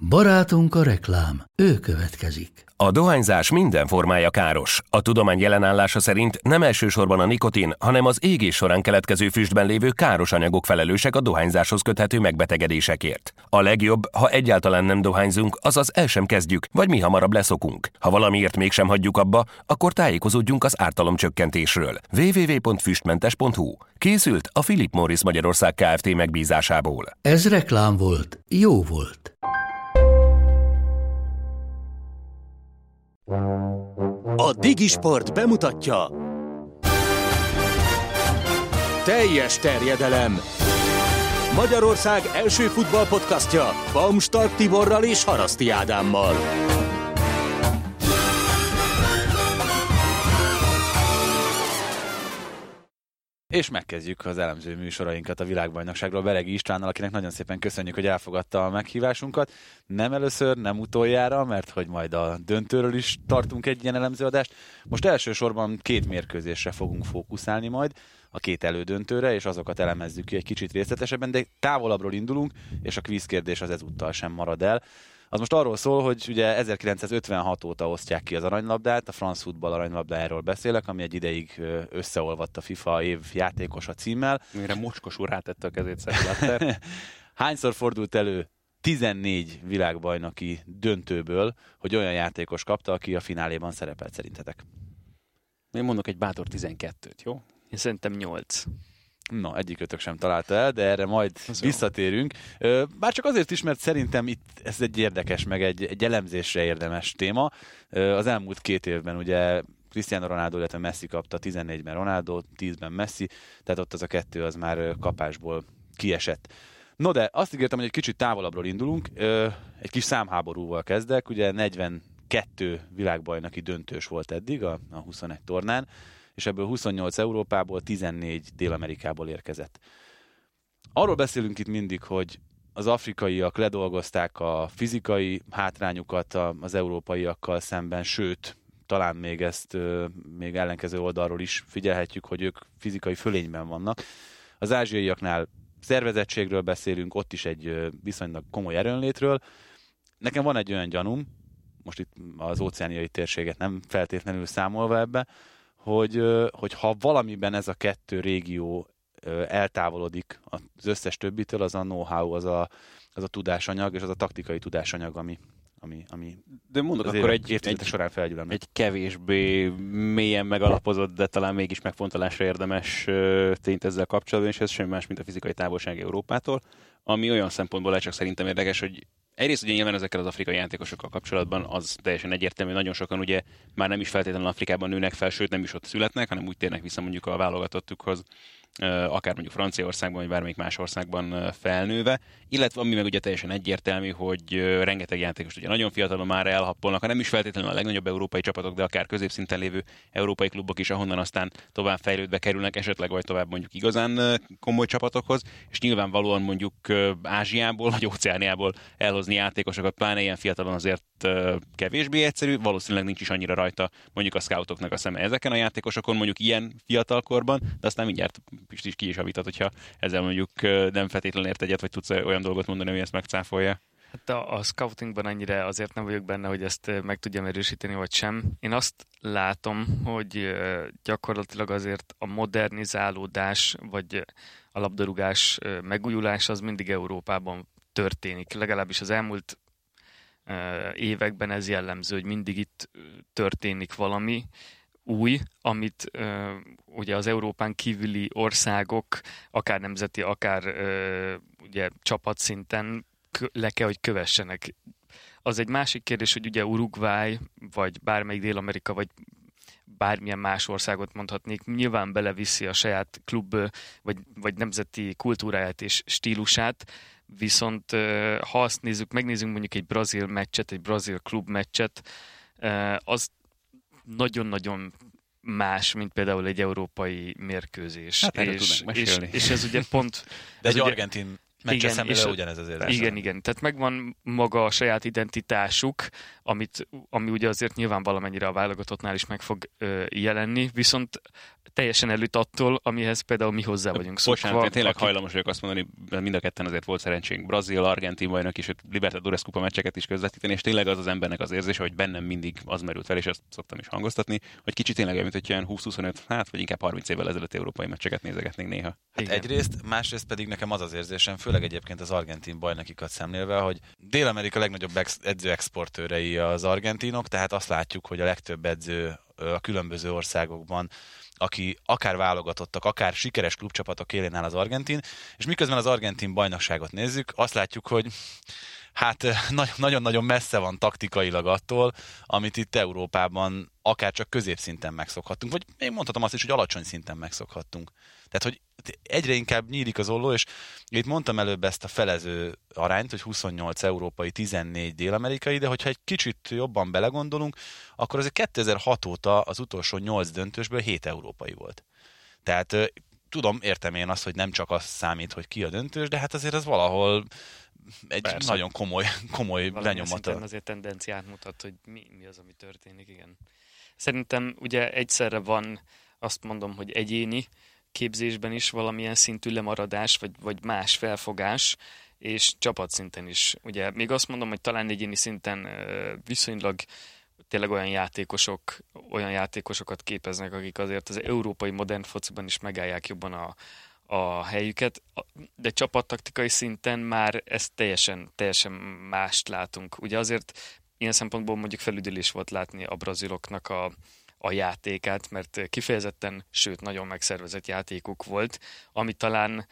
Barátunk a reklám, ő következik. A dohányzás minden formája káros. A tudomány jelenállása szerint nem elsősorban a nikotin, hanem az égés során keletkező füstben lévő káros anyagok felelősek a dohányzáshoz köthető megbetegedésekért. A legjobb, ha egyáltalán nem dohányzunk, azaz el sem kezdjük, vagy mi hamarabb leszokunk. Ha valamiért mégsem hagyjuk abba, akkor tájékozódjunk az ártalomcsökkentésről. www.füstmentes.hu. Készült a Philip Morris Magyarország Kft. Megbízásából. Ez reklám volt, jó volt. A Digisport bemutatja Teljes terjedelem. Magyarország első futballpodcastja Baumstark Tiborral és Haraszti Ádámmal. És megkezdjük az elemző műsorainkat a világbajnokságról Beregi Istvánnal, akinek nagyon szépen köszönjük, hogy elfogadta a meghívásunkat. Nem először, nem utoljára, mert hogy majd a döntőről is tartunk egy ilyen elemzőadást. Most elsősorban 2 mérkőzésre fogunk fókuszálni majd, a 2 elődöntőre, és azokat elemezzük ki egy kicsit részletesebben, de távolabbról indulunk, és a kvízkérdés az ezúttal sem marad el. Az most arról szól, hogy ugye 1956 óta osztják ki az aranylabdát, a France Football aranylabdájáról beszélek, ami egy ideig összeolvadt a FIFA év játékosa címmel. Mire mocskosul rátette a kezét Sepp. Hányszor fordult elő 14 világbajnoki döntőből, hogy olyan játékos kapta, aki a fináléban szerepelt szerintetek? Én mondok egy bátor 12-t, jó? Én szerintem 8. No, egyikőtök sem találta el, de erre majd visszatérünk. Bár csak azért is, mert szerintem itt ez egy érdekes, meg egy elemzésre érdemes téma. Az elmúlt 2 évben ugye Cristiano Ronaldo, illetve Messi kapta, 14-ben Ronaldo, 10-ben Messi, tehát ott az a 2 az már kapásból kiesett. No, de azt ígértem, hogy egy kicsit távolabbról indulunk, egy kis számháborúval kezdek, ugye 42 világbajnoki döntős volt eddig a 21 tornán, és ebből 28 Európából, 14 Dél-Amerikából érkezett. Arról beszélünk itt mindig, hogy az afrikaiak ledolgozták a fizikai hátrányukat az európaiakkal szemben, sőt, talán még ezt még ellenkező oldalról is figyelhetjük, hogy ők fizikai fölényben vannak. Az ázsiaiaknál szervezettségről beszélünk, ott is egy viszonylag komoly erőnlétről. Nekem van egy olyan gyanúm, most itt az óceániai térséget nem feltétlenül számolva ebbe, hogy ha valamiben ez a 2 régió eltávolodik az összes többitől, az a know-how, az a tudásanyag, és az a taktikai tudásanyag, ami de mondok az akkor évtizedek során felgyűlöm. egy kevésbé mélyen megalapozott, de talán mégis megfontolásra érdemes tényt ezzel kapcsolatban, és ez semmi más, mint a fizikai távolság Európától, ami olyan szempontból csak szerintem érdekes, hogy egyrészt ugye nyilván ezekkel az afrikai játékosokkal kapcsolatban az teljesen egyértelmű, nagyon sokan ugye már nem is feltétlenül Afrikában nőnek fel, sőt nem is ott születnek, hanem úgy térnek vissza mondjuk a válogatottukhoz, akár mondjuk Franciaországban, vagy bármelyik más országban felnőve, illetve ami meg ugye teljesen egyértelmű, hogy rengeteg játékos ugye nagyon fiatalon már elhappolnak, ha nem is feltétlenül a legnagyobb európai csapatok, de akár középszinten lévő európai klubok is, ahonnan aztán tovább fejlődve kerülnek, esetleg vagy tovább mondjuk igazán komoly csapatokhoz, és nyilvánvalóan mondjuk Ázsiából vagy Óceániából elhozni játékosokat, pláne ilyen fiatalon azért kevésbé egyszerű, valószínűleg nincs is annyira rajta mondjuk a scoutoknak a szeme ezeken a játékosokon, mondjuk ilyen fiatalkorban, de aztán mindjárt is ki is javíthat, hogyha ezzel mondjuk nem feltétlenül ért egyet, vagy tudsz olyan dolgot mondani, hogy ezt megcáfolja. Hát a scoutingban annyira azért nem vagyok benne, hogy ezt meg tudjam erősíteni, vagy sem. Én azt látom, hogy gyakorlatilag azért a modernizálódás, vagy a labdarúgás megújulás az mindig Európában történik. Legalábbis az elmúlt években ez jellemző, hogy mindig itt történik valami új, amit ugye az Európán kívüli országok, akár nemzeti, akár ugye csapatszinten le kell, hogy kövessenek. Az egy másik kérdés, hogy ugye Uruguay, vagy bármelyik Dél-Amerika, vagy bármilyen más országot mondhatnék, nyilván beleviszi a saját klub, vagy nemzeti kultúráját és stílusát, viszont ha azt nézzük, megnézzünk mondjuk egy brazil meccset, egy brazil klub meccset, az nagyon-nagyon más, mint például egy európai mérkőzés. Hát és ez ugye pont... De egy argentin meccse szemléle ugyanez azért. Igen. Tehát megvan maga a saját identitásuk, ami ugye azért nyilván valamennyire a válogatottnál is meg fog jelenni, viszont teljesen elüt attól, amihez például mi hozzá vagyunk szokva. Bocsánat, én tényleg hajlamos vagyok azt mondani, mind a ketten azért volt szerencsénk Brazil, Argentin bajnok és Libertadores kupa meccseket is közvetíteni, és tényleg az embernek az érzése, hogy bennem mindig az merült fel, és ezt szoktam is hangoztatni, hogy kicsit tényleg olyan, mint hogy olyan 20-25, vagy inkább 30 évvel ezelőtt európai meccseket nézegetnénk néha. Hát egyrészt, másrészt pedig nekem az az érzésem, főleg egyébként az argentin bajnokikat szemlélve, hogy Dél-Amerika legnagyobb edzőexportőrei az argentinok, tehát azt látjuk, hogy a legtöbb edző a különböző országokban, aki akár válogatottak, akár sikeres klubcsapatok élén áll az argentin, és miközben az argentin bajnokságot nézzük, azt látjuk, hogy hát nagyon-nagyon messze van taktikailag attól, amit itt Európában akár csak középszinten megszokhattunk, vagy én mondhatom azt is, hogy alacsony szinten megszokhattunk. Tehát, hogy egyre inkább nyílik az olló, és itt mondtam előbb ezt a felező arányt, hogy 28 európai, 14 dél-amerikai, de hogyha egy kicsit jobban belegondolunk, akkor azért 2006 óta az utolsó 8 döntősből 7 európai volt. Tehát tudom, értem én azt, hogy nem csak az számít, hogy ki a döntős, de hát azért az valahol egy persze. Nagyon komoly lenyomata. Azért tendenciát mutat, hogy mi az, ami történik, igen. Szerintem ugye egyszerre van, azt mondom, hogy egyéni képzésben is valamilyen szintű lemaradás, vagy más felfogás, és csapatszinten is. Ugye még azt mondom, hogy talán egyéni szinten viszonylag tényleg olyan játékosokat képeznek, akik azért az európai modern fociban is megállják jobban a helyüket, de csapattaktikai szinten már ezt teljesen mást látunk. Ugye azért ilyen szempontból mondjuk felüdülés volt látni a braziloknak a játékát, mert kifejezetten, sőt nagyon megszervezett játékuk volt, ami talán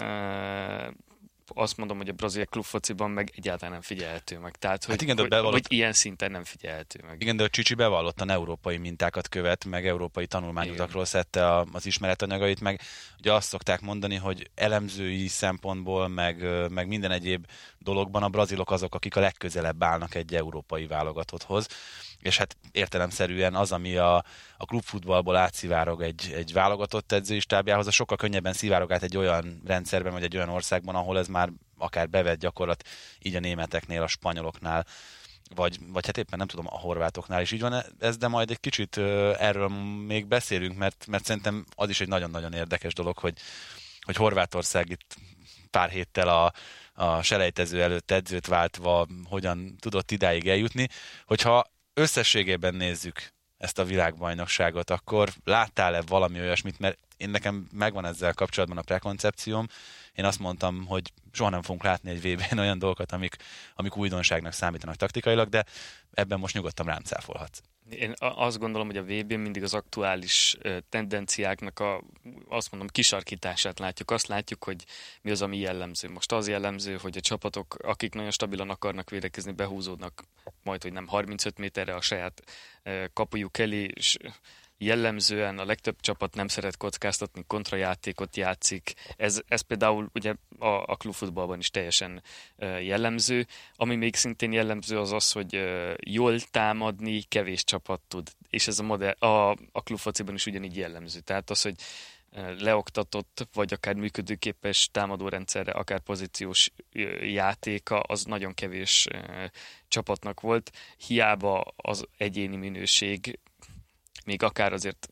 azt mondom, hogy a brazil klubfociban meg egyáltalán nem figyelhető meg. Tehát, hogy, hát igen, hogy ilyen szinten nem figyelhető meg. Igen, de a Csicsi bevallottan európai mintákat követ, meg európai tanulmányutakról szedte az ismeretanyagait, meg ugye azt szokták mondani, hogy elemzői szempontból, meg minden egyéb dologban a brazilok azok, akik a legközelebb állnak egy európai válogatotthoz. És hát értelemszerűen az, ami a klubfutballból átszivárog egy válogatott edzői stábjához, az sokkal könnyebben szivárog át egy olyan rendszerben, vagy egy olyan országban, ahol ez már akár bevett gyakorlat, így a németeknél, a spanyoloknál, vagy hát éppen nem tudom, a horvátoknál is így van ez, de majd egy kicsit erről még beszélünk, mert szerintem az is egy nagyon-nagyon érdekes dolog, hogy Horvátország itt pár héttel a selejtező előtt edzőt váltva hogyan tudott idáig eljutni, hogyha összességében nézzük ezt a világbajnokságot, akkor láttál-e valami olyasmit, mert nekem megvan ezzel kapcsolatban a prekoncepcióm. Én azt mondtam, hogy soha nem fogunk látni egy VB-n olyan dolgokat, amik újdonságnak számítanak taktikailag, de ebben most nyugodtan rám cáfolhatsz. Én azt gondolom, hogy a VB-n mindig az aktuális tendenciáknak azt mondom, kisarkítását látjuk. Azt látjuk, hogy mi az, ami jellemző. Most az jellemző, hogy a csapatok, akik nagyon stabilan akarnak védekezni, behúzódnak majd, hogy nem 35 méterre a saját kapujuk elé, és jellemzően a legtöbb csapat nem szeret kockáztatni, kontrajátékot játszik. Ez például ugye a klubfutballban is teljesen jellemző. Ami még szintén jellemző az az, hogy jól támadni kevés csapat tud. És ez a klubfociban is ugyanígy jellemző. Tehát az, hogy leoktatott, vagy akár működőképes támadórendszerre, akár pozíciós játéka, az nagyon kevés csapatnak volt. Hiába az egyéni minőség, még akár azért,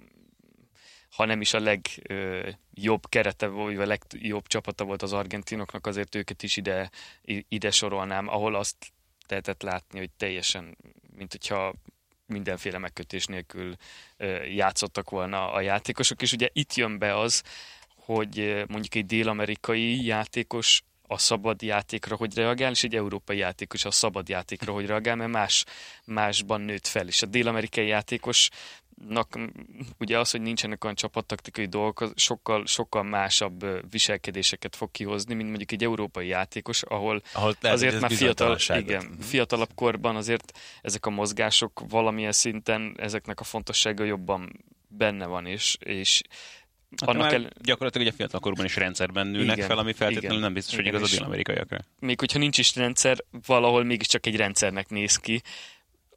ha nem is a legjobb kerete, vagy a legjobb csapata volt az argentinoknak, azért őket is ide sorolnám, ahol azt lehetett látni, hogy teljesen, mint hogyha mindenféle megkötés nélkül játszottak volna a játékosok, és ugye itt jön be az, hogy mondjuk egy dél-amerikai játékos a szabad játékra hogy reagál, és egy európai játékos a szabad játékra hogy reagál, mert másban nőtt fel. És a dél-amerikai játékosnak ugye az, hogy nincsenek olyan csapattaktikai dolgok, sokkal másabb viselkedéseket fog kihozni, mint mondjuk egy európai játékos, ahol azért már fiatalabb korban azért ezek a mozgások valamilyen szinten, ezeknek a fontossága jobban benne van, és gyakorlatilag a fiatalkorban is rendszerben nőnek fel, ami feltétlenül nem biztos, hogy igaz a dél-amerikaiakra. Még hogyha nincs is rendszer, valahol mégiscsak egy rendszernek néz ki,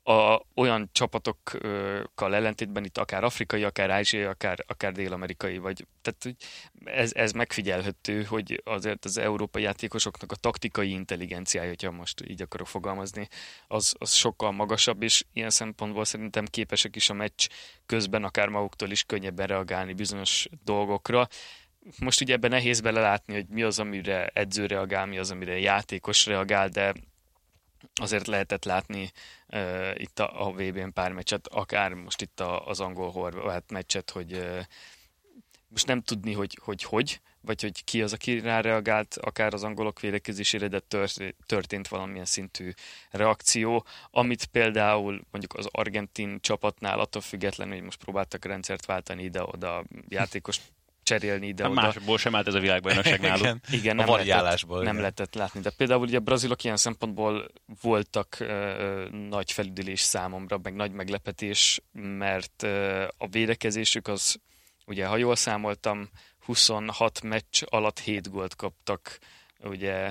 olyan csapatokkal ellentétben itt akár afrikai, akár ázsiai, akár dél-amerikai, vagy tehát ez megfigyelhető, hogy azért az európai játékosoknak a taktikai intelligenciája, hogyha most így akarok fogalmazni, az sokkal magasabb, és ilyen szempontból szerintem képesek is a meccs közben akár maguktól is könnyebben reagálni bizonyos dolgokra. Most ugye ebben nehéz belelátni, hogy mi az, amire edző reagál, mi az, amire játékos reagál, de azért lehetett látni itt a VB-n pár meccset, akár most itt az angol-horvát meccset, hogy most nem tudni, hogy vagy hogy ki az, aki rá reagált, akár az angolok védekezésére, de történt valamilyen szintű reakció, amit például mondjuk az argentin csapatnál attól függetlenül, hogy most próbáltak rendszert váltani ide-oda, játékos cserélni ide-oda. Másból sem állt ez a világbajnokság náluk. Igen, nem lehetett látni. De például ugye a brazilok ilyen szempontból voltak nagy felüdülés számomra, meg nagy meglepetés, mert a védekezésük az, ugye ha jól számoltam, 26 meccs alatt 7 gólt kaptak, ugye,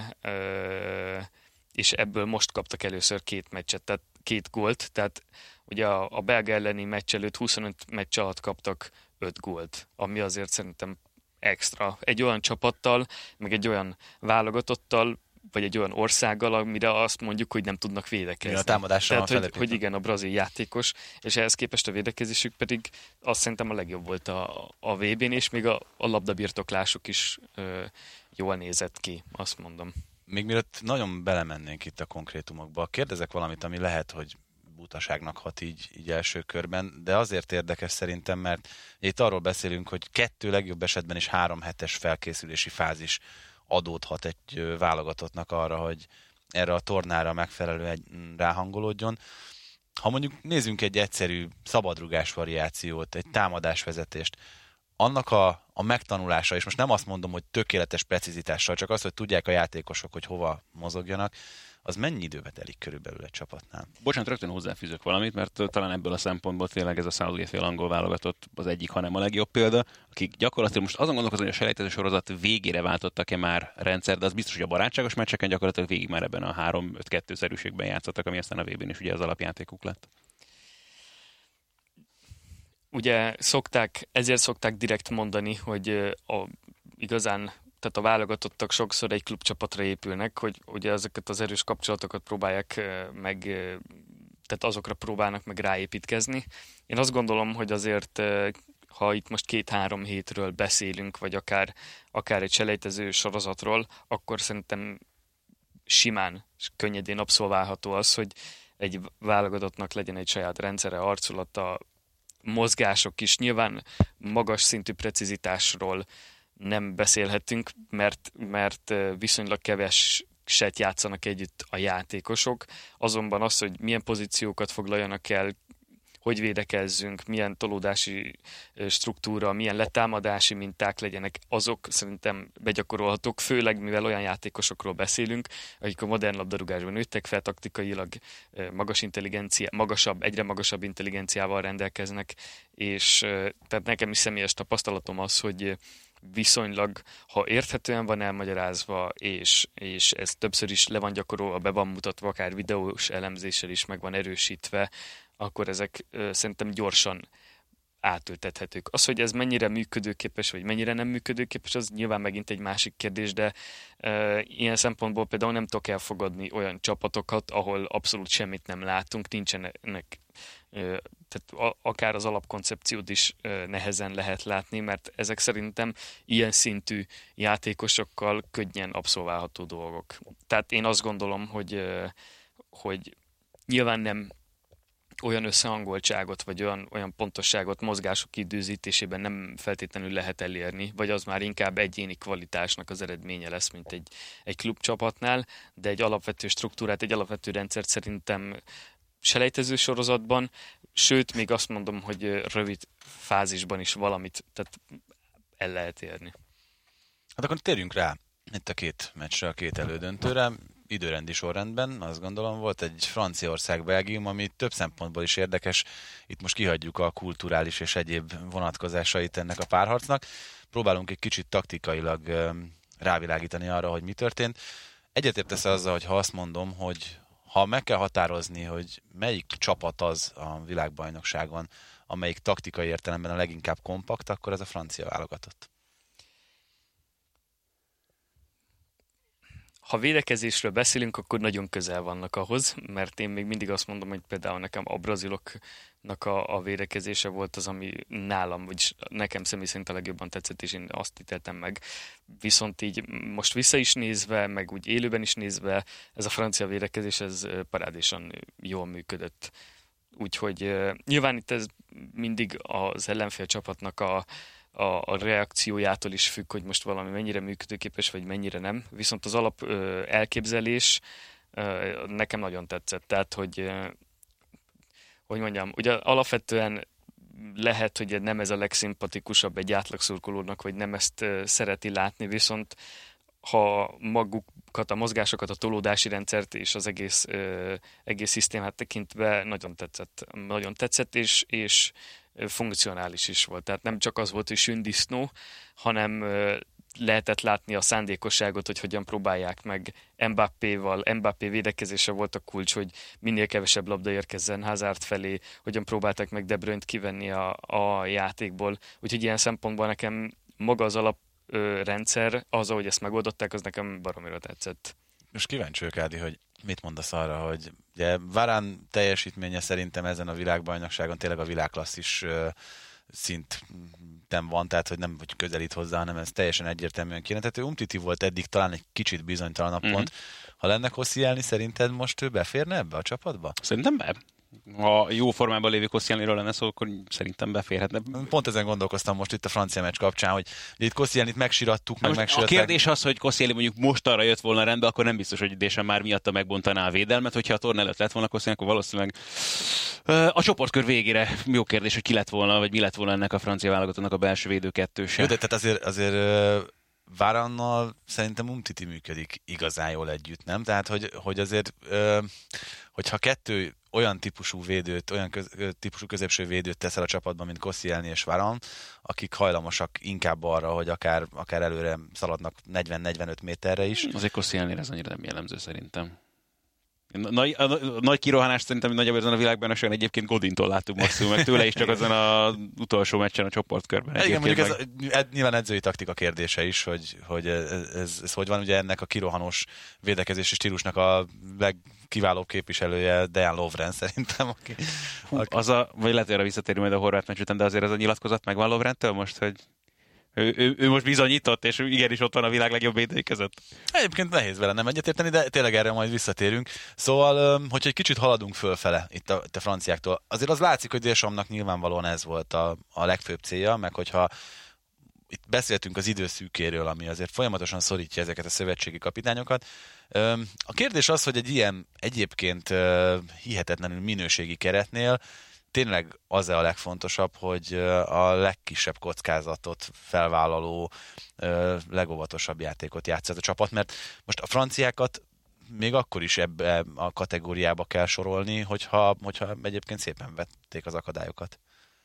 és ebből most kaptak először 2 meccset, tehát 2 gólt, tehát ugye a belga elleni meccs előtt 25 meccs alatt kaptak 5 gólt, ami azért szerintem extra. Egy olyan csapattal, meg egy olyan válogatottal, vagy egy olyan országgal, amire azt mondjuk, hogy nem tudnak védekezni. A támadásra tehát, hogy igen, a brazil játékos, és ehhez képest a védekezésük pedig azt szerintem a legjobb volt a VB-n, és még a labdabirtoklásuk is jól nézett ki, azt mondom. Még mielőtt nagyon belemennénk itt a konkrétumokba, kérdezek valamit, ami lehet, hogy butaságnak hat így első körben, de azért érdekes szerintem, mert itt arról beszélünk, hogy 2 legjobb esetben is 3 hetes felkészülési fázis adódhat egy válogatottnak arra, hogy erre a tornára megfelelően ráhangolódjon. Ha mondjuk nézzünk egy egyszerű szabadrugás variációt, egy támadásvezetést, annak a megtanulása, és most nem azt mondom, hogy tökéletes precizitással, csak az, hogy tudják a játékosok, hogy hova mozogjanak, az mennyi időbe telik körülbelül egy csapatnál? Bocsánat, rögtön hozzáfűzök valamit, mert talán ebből a szempontból tényleg ez a Southgate angol válogatott az egyik, hanem a legjobb példa, akik gyakorlatilag most azon gondolkozom, hogy a selejtező sorozat végére váltottak-e már rendszer, de az biztos, hogy a barátságos meccseken gyakorlatilag végig már ebben a 3-5-2-szerűségben játszottak, ami aztán a VB-n is ugye az alapjátékuk lett. Ugye ezért szokták direkt mondani, hogy igazán, tehát a válogatottak sokszor egy klubcsapatra épülnek, hogy ugye ezeket az erős kapcsolatokat próbálják meg, tehát azokra próbálnak meg ráépítkezni. Én azt gondolom, hogy azért, ha itt most 2-3 hétről beszélünk, vagy akár egy selejtező sorozatról, akkor szerintem simán, könnyedén abszolválható az, hogy egy válogatottnak legyen egy saját rendszere, arculata, mozgások is. Nyilván magas szintű precizitásról nem beszélhetünk, mert viszonylag keveset játszanak együtt a játékosok. Azonban az, hogy milyen pozíciókat foglaljanak el, hogy védekezzünk, milyen tolódási struktúra, milyen letámadási minták legyenek, azok szerintem begyakorolhatók, főleg mivel olyan játékosokról beszélünk, akik a modern labdarúgásban nőttek fel, taktikailag egyre magasabb intelligenciával rendelkeznek, és tehát nekem is személyes tapasztalatom az, hogy viszonylag, ha érthetően van elmagyarázva, és ez többször is le van gyakorolva, be van mutatva, akár videós elemzéssel is meg van erősítve, akkor ezek szerintem gyorsan átültethetők. Az, hogy ez mennyire működőképes, vagy mennyire nem működőképes, az nyilván megint egy másik kérdés, de ilyen szempontból például nem tudok elfogadni olyan csapatokat, ahol abszolút semmit nem látunk, nincsenek, tehát akár az alapkoncepciót is nehezen lehet látni, mert ezek szerintem ilyen szintű játékosokkal könnyen abszolválható dolgok. Tehát én azt gondolom, hogy nyilván nem olyan összehangoltságot, vagy olyan pontosságot mozgások időzítésében nem feltétlenül lehet elérni, vagy az már inkább egyéni kvalitásnak az eredménye lesz, mint egy klubcsapatnál, de egy alapvető struktúrát, egy alapvető rendszert szerintem selejtező sorozatban, sőt, még azt mondom, hogy rövid fázisban is valamit tehát el lehet érni. Hát akkor térjünk rá itt a 2 meccsre, a 2 elődöntőre. Időrendi sorrendben, azt gondolom, volt egy Franciaország-Belgium, ami több szempontból is érdekes. Itt most kihagyjuk a kulturális és egyéb vonatkozásait ennek a párharcnak. Próbálunk egy kicsit taktikailag rávilágítani arra, hogy mi történt. Egyetértesz azzal, hogy ha azt mondom, hogy Ha meg kell határozni, hogy melyik csapat az a világbajnokságon, amelyik taktikai értelemben a leginkább kompakt, akkor ez a francia válogatott. Ha védekezésről beszélünk, akkor nagyon közel vannak ahhoz, mert én még mindig azt mondom, hogy például nekem a braziloknak a védekezése volt az, ami nálam, vagyis nekem személy szerint a legjobban tetszett, és én azt ítéltem meg. Viszont így most vissza is nézve, meg úgy élőben is nézve, ez a francia védekezés, ez parádésan jól működött. Úgyhogy nyilván itt ez mindig az ellenfél csapatnak a reakciójától is függ, hogy most valami mennyire működőképes, vagy mennyire nem. Viszont az alap elképzelés nekem nagyon tetszett. Tehát, hogy mondjam, ugye alapvetően lehet, hogy nem ez a legszimpatikusabb egy átlagszurkolónak, vagy nem ezt szereti látni, viszont ha magukat, a mozgásokat, a tolódási rendszert és az egész szisztémát tekintve nagyon tetszett és funkcionális is volt. Tehát nem csak az volt, hogy sündisznó, hanem lehetett látni a szándékosságot, hogy hogyan próbálják meg Mbappéval. Mbappé védekezése volt a kulcs, hogy minél kevesebb labda érkezzen Hazard felé, hogyan próbálták meg De Bruyne-t kivenni a játékból. Úgyhogy ilyen szempontból nekem maga az alaprendszer, az, ahogy ezt megoldották, az nekem baromira tetszett. Most kíváncsi vagyok, Ádi, hogy mit mondasz arra, hogy ugye Varane teljesítménye szerintem ezen a világbajnokságon tényleg a világklasszis szinten van, tehát hogy nem hogy közelít hozzá, hanem ez teljesen egyértelműen kéne. Tehát Umtiti volt eddig talán egy kicsit bizonytalanabb pont. Ha lenne Koscielny, szerinted most ő beférne ebbe a csapatba? Szerintem be. Ha jó formában lévő Koscielnyről lenne szó, akkor szerintem beférhetne. Pont ezen gondolkoztam most itt a francia meccs kapcsán, hogy itt Koscielnyt megsirattuk, meg megsiratták. A kérdés az, hogy Koscielny mondjuk most arra jött volna rendbe, akkor nem biztos, hogy Deschamps már miatta megbontaná a védelmet, hogyha a torna előtt lett volna Koscielny, akkor valószínűleg a csoportkör végére jó kérdés, hogy ki lett volna, vagy mi lett volna ennek a francia válogatottnak a belső védő kettőse. Jó, de tehát azért Varannal szerintem Umtiti működik igazán jól együtt, nem? Tehát, hogy azért, hogyha kettő olyan típusú védőt, olyan típusú középső védőt teszel a csapatban, mint Koscielny és Varane, akik hajlamosak inkább arra, hogy akár előre szaladnak 40-45 méterre is. Azért Koscielnyre ez annyira nem jellemző szerintem. Nagy kirohanást szerintem nagyjából ezen a világbajnokságon egyébként Godintól láttuk maximum, meg tőle is csak azon az utolsó meccsen a csoportkörben. Igen, mondjuk ez nyilván edzői taktika kérdése is, hogy ez hogy van. Ugye ennek a kirohanós védekezési stílusnak a legkiválóbb képviselője Dejan Lovren szerintem. Vagy lehet, hogy arra visszatérünk majd a horvát meccs után, de azért ez a nyilatkozat megvan Lovrentől most, hogy ő most bizonyított, és igenis ott van a világ legjobb védői között. Egyébként nehéz vele nem egyetérteni, de tényleg erre majd visszatérünk. Szóval, hogyha egy kicsit haladunk fölfele itt a franciáktól, azért az látszik, hogy Deschampsnak nyilvánvalóan ez volt a legfőbb célja, meg hogyha itt beszéltünk az időszűkéről, ami azért folyamatosan szorítja ezeket a szövetségi kapitányokat. A kérdés az, hogy egy ilyen egyébként hihetetlenül minőségi keretnél tényleg az-e a legfontosabb, hogy a legkisebb kockázatot felvállaló, legóvatosabb játékot játszott a csapat, mert most a franciákat még akkor is ebbe a kategóriába kell sorolni, hogyha egyébként szépen vették az akadályokat.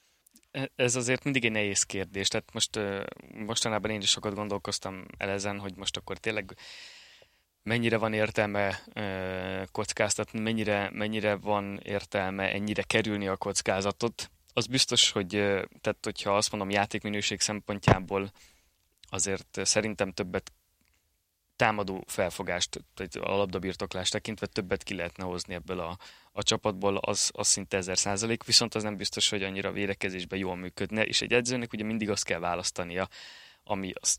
Ez azért mindig egy nehéz kérdés. Tehát mostanában én is sokat gondolkoztam el ezen, hogy most akkor tényleg mennyire van értelme kockáztatni, mennyire van értelme ennyire kerülni a kockázatot. Az biztos, hogy tehát, hogyha azt mondom játékminőség szempontjából, azért szerintem többet támadó felfogást, tehát a labdabirtoklást tekintve többet ki lehetne hozni ebből a csapatból, az szinte 1000%, viszont az nem biztos, hogy annyira védekezésben jól működne, és egy edzőnek ugye mindig azt kell választania, ami azt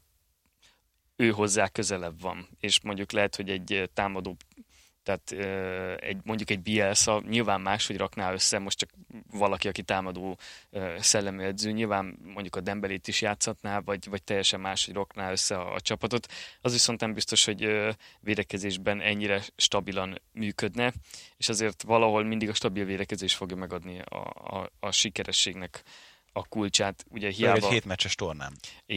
ő hozzá közelebb van, és mondjuk lehet, hogy egy támadó, tehát mondjuk egy Bielsa nyilván máshogy rakná össze, most csak valaki, aki támadó szellemű edző, nyilván mondjuk a Dembélét is játszhatná, vagy teljesen máshogy rakná össze a csapatot, az viszont nem biztos, hogy védekezésben ennyire stabilan működne, és azért valahol mindig a stabil védekezés fogja megadni a sikerességnek a kulcsát, ugye hiába... Egy 7 meccses tornán.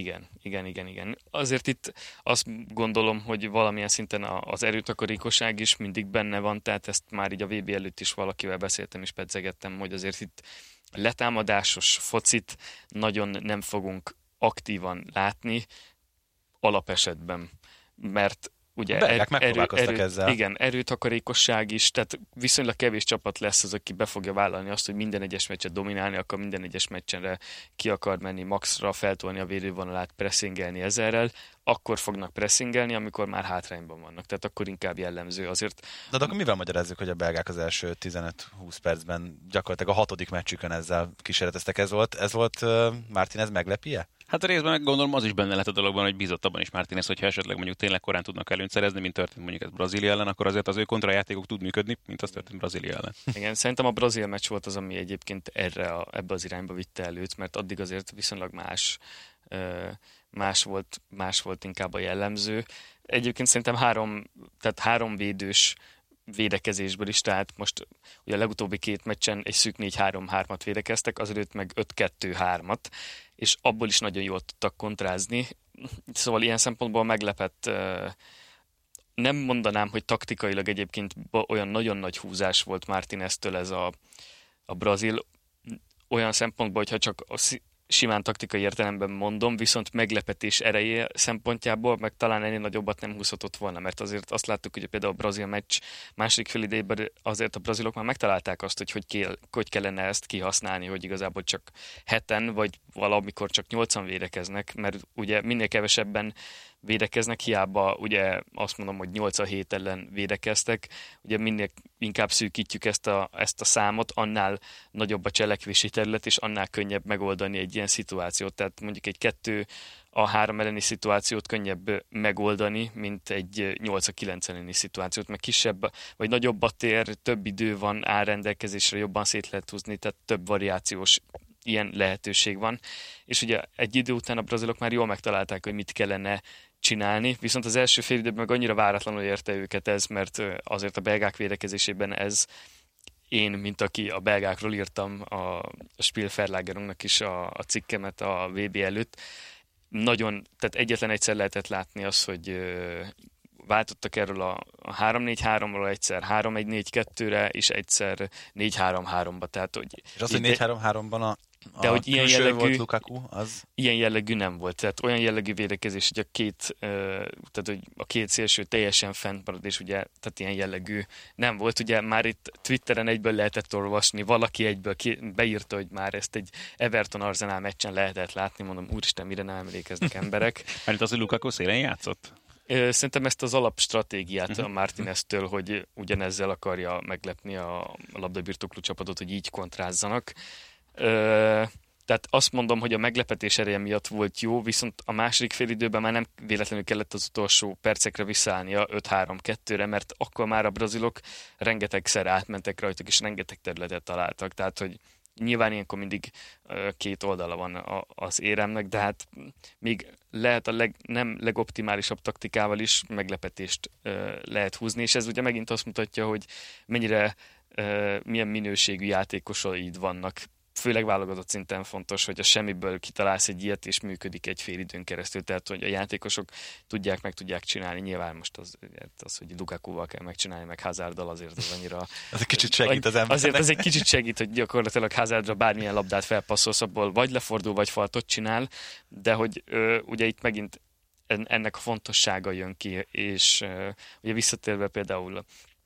Igen. Azért itt azt gondolom, hogy valamilyen szinten az erőtakarékosság is mindig benne van, tehát ezt már így a VB előtt is valakivel beszéltem és pedzegettem, hogy azért itt letámadásos focit nagyon nem fogunk aktívan látni alapesetben, mert ugye a belgák megpróbálkoztak ezzel. Igen, erőtakarékosság is, tehát viszonylag kevés csapat lesz az, aki be fogja vállalni azt, hogy minden egyes meccset dominálni akar, minden egyes meccsenre ki akar menni maxra, feltolni a védővonalát, pressingelni ezerrel, akkor fognak pressingelni, amikor már hátrányban vannak. Tehát akkor inkább jellemző azért. De akkor mivel magyarázzuk, hogy a belgák az első 15-20 percben gyakorlatilag a 6. meccsükön ezzel kísérleteztek? Ez volt Martínez meglepie? Hát a részben gondolom az is benne lehet a dologban, hogy bízott abban is Martínez, hogyha esetleg mondjuk tényleg korán tudnak előnyt szerezni, mint történt mondjuk ez Brazília ellen, akkor azért az ő kontrajátékok tud működni, mint az történt Brazília ellen. Igen, szerintem a brazil meccs volt az, ami egyébként ebbe az irányba vitte előtt, mert addig azért viszonylag más volt inkább a jellemző. Egyébként szerintem három védős védekezésből is, tehát most ugye a legutóbbi 2 meccsen egy szűk 4-3-3-at védekeztek, azelőtt meg 5-2-3-at, és abból is nagyon jól tudtak kontrázni. Szóval ilyen szempontból meglepett. Nem mondanám, hogy taktikailag egyébként olyan nagyon nagy húzás volt Martíneztől ez a brazil, olyan szempontból, hogyha csak simán taktikai értelemben mondom, viszont meglepetés ereje szempontjából meg talán ennél nagyobbat nem húzhatott volna, mert azért azt láttuk, hogy például a brazil meccs második félidejében azért a brazilok már megtalálták azt, hogy kellene ezt kihasználni, hogy igazából csak 7-en, vagy valamikor csak 8-an védekeznek, mert ugye minél kevesebben védekeznek, hiába ugye azt mondom, hogy 8-7 ellen védekeztek, ugye minél inkább szűkítjük ezt a számot, annál nagyobb a cselekvési terület, és annál könnyebb megoldani egy ilyen szituációt. Tehát mondjuk egy 2-3 elleni szituációt könnyebb megoldani, mint egy 8-9 elleni szituációt, meg kisebb vagy nagyobb a tér, több idő van, áll rendelkezésre, jobban szét lehet húzni, tehát több variációs ilyen lehetőség van. És ugye egy idő után a brazilok már jól megtalálták, hogy mit kellene csinálni, viszont az első fél időben meg annyira váratlanul érte őket ez, mert azért a belgák védekezésében ez, én, mint aki a belgákról írtam a Spielverlagerungnak is a cikkemet a VB előtt, nagyon, tehát egyetlen egyszer lehetett látni az, hogy váltottak erről a 3-4-3-ról egyszer 3-1-4-2-re, és egyszer 4-3-3-ba. Tehát, hogy és az, hogy 4-3-3-ban de hogy ilyen jellegű, volt Lukaku, az... Ilyen jellegű nem volt. Tehát olyan jellegű védekezés, hogy hogy a két szélső teljesen fent marad, és ugye tehát ilyen jellegű nem volt. Ugye már itt Twitteren egyből lehetett olvasni, valaki egyből beírta, hogy már ezt egy Everton Arsenal meccsen lehetett látni. Mondom, úristen, mire nem emlékeznek emberek. Mert az, hogy Lukaku szélen játszott? Szerintem ezt az alapstratégiát a Martíneztől, hogy ugyanezzel akarja meglepni a labdabirtokló csapatot, hogy így kontrázzanak. Tehát azt mondom, hogy a meglepetés ereje miatt volt jó, viszont a második félidőben már nem véletlenül kellett az utolsó percekre visszaállnia 5-3-2-re, mert akkor már a brazilok rengetegszer átmentek rajtuk, és rengeteg területet találtak. Tehát, hogy nyilván ilyenkor mindig két oldala van az éremnek, de hát még lehet a nem legoptimálisabb taktikával is meglepetést lehet húzni, és ez ugye megint azt mutatja, hogy milyen minőségű játékosaid vannak. Főleg válogatott szinten fontos, hogy a semmiből kitalálsz egy ilyet, és működik egy fél időn keresztül. Tehát, hogy a játékosok meg tudják csinálni. Nyilván most az hogy Lukakuval kell megcsinálni, meg Hazarddal azért az annyira... Ez egy kicsit segít az embernek. Azért ez egy kicsit segít, hogy gyakorlatilag Hazardra bármilyen labdát felpasszolsz, abból vagy lefordul, vagy faltot csinál, de hogy ugye itt megint ennek a fontossága jön ki, és ugye visszatérve például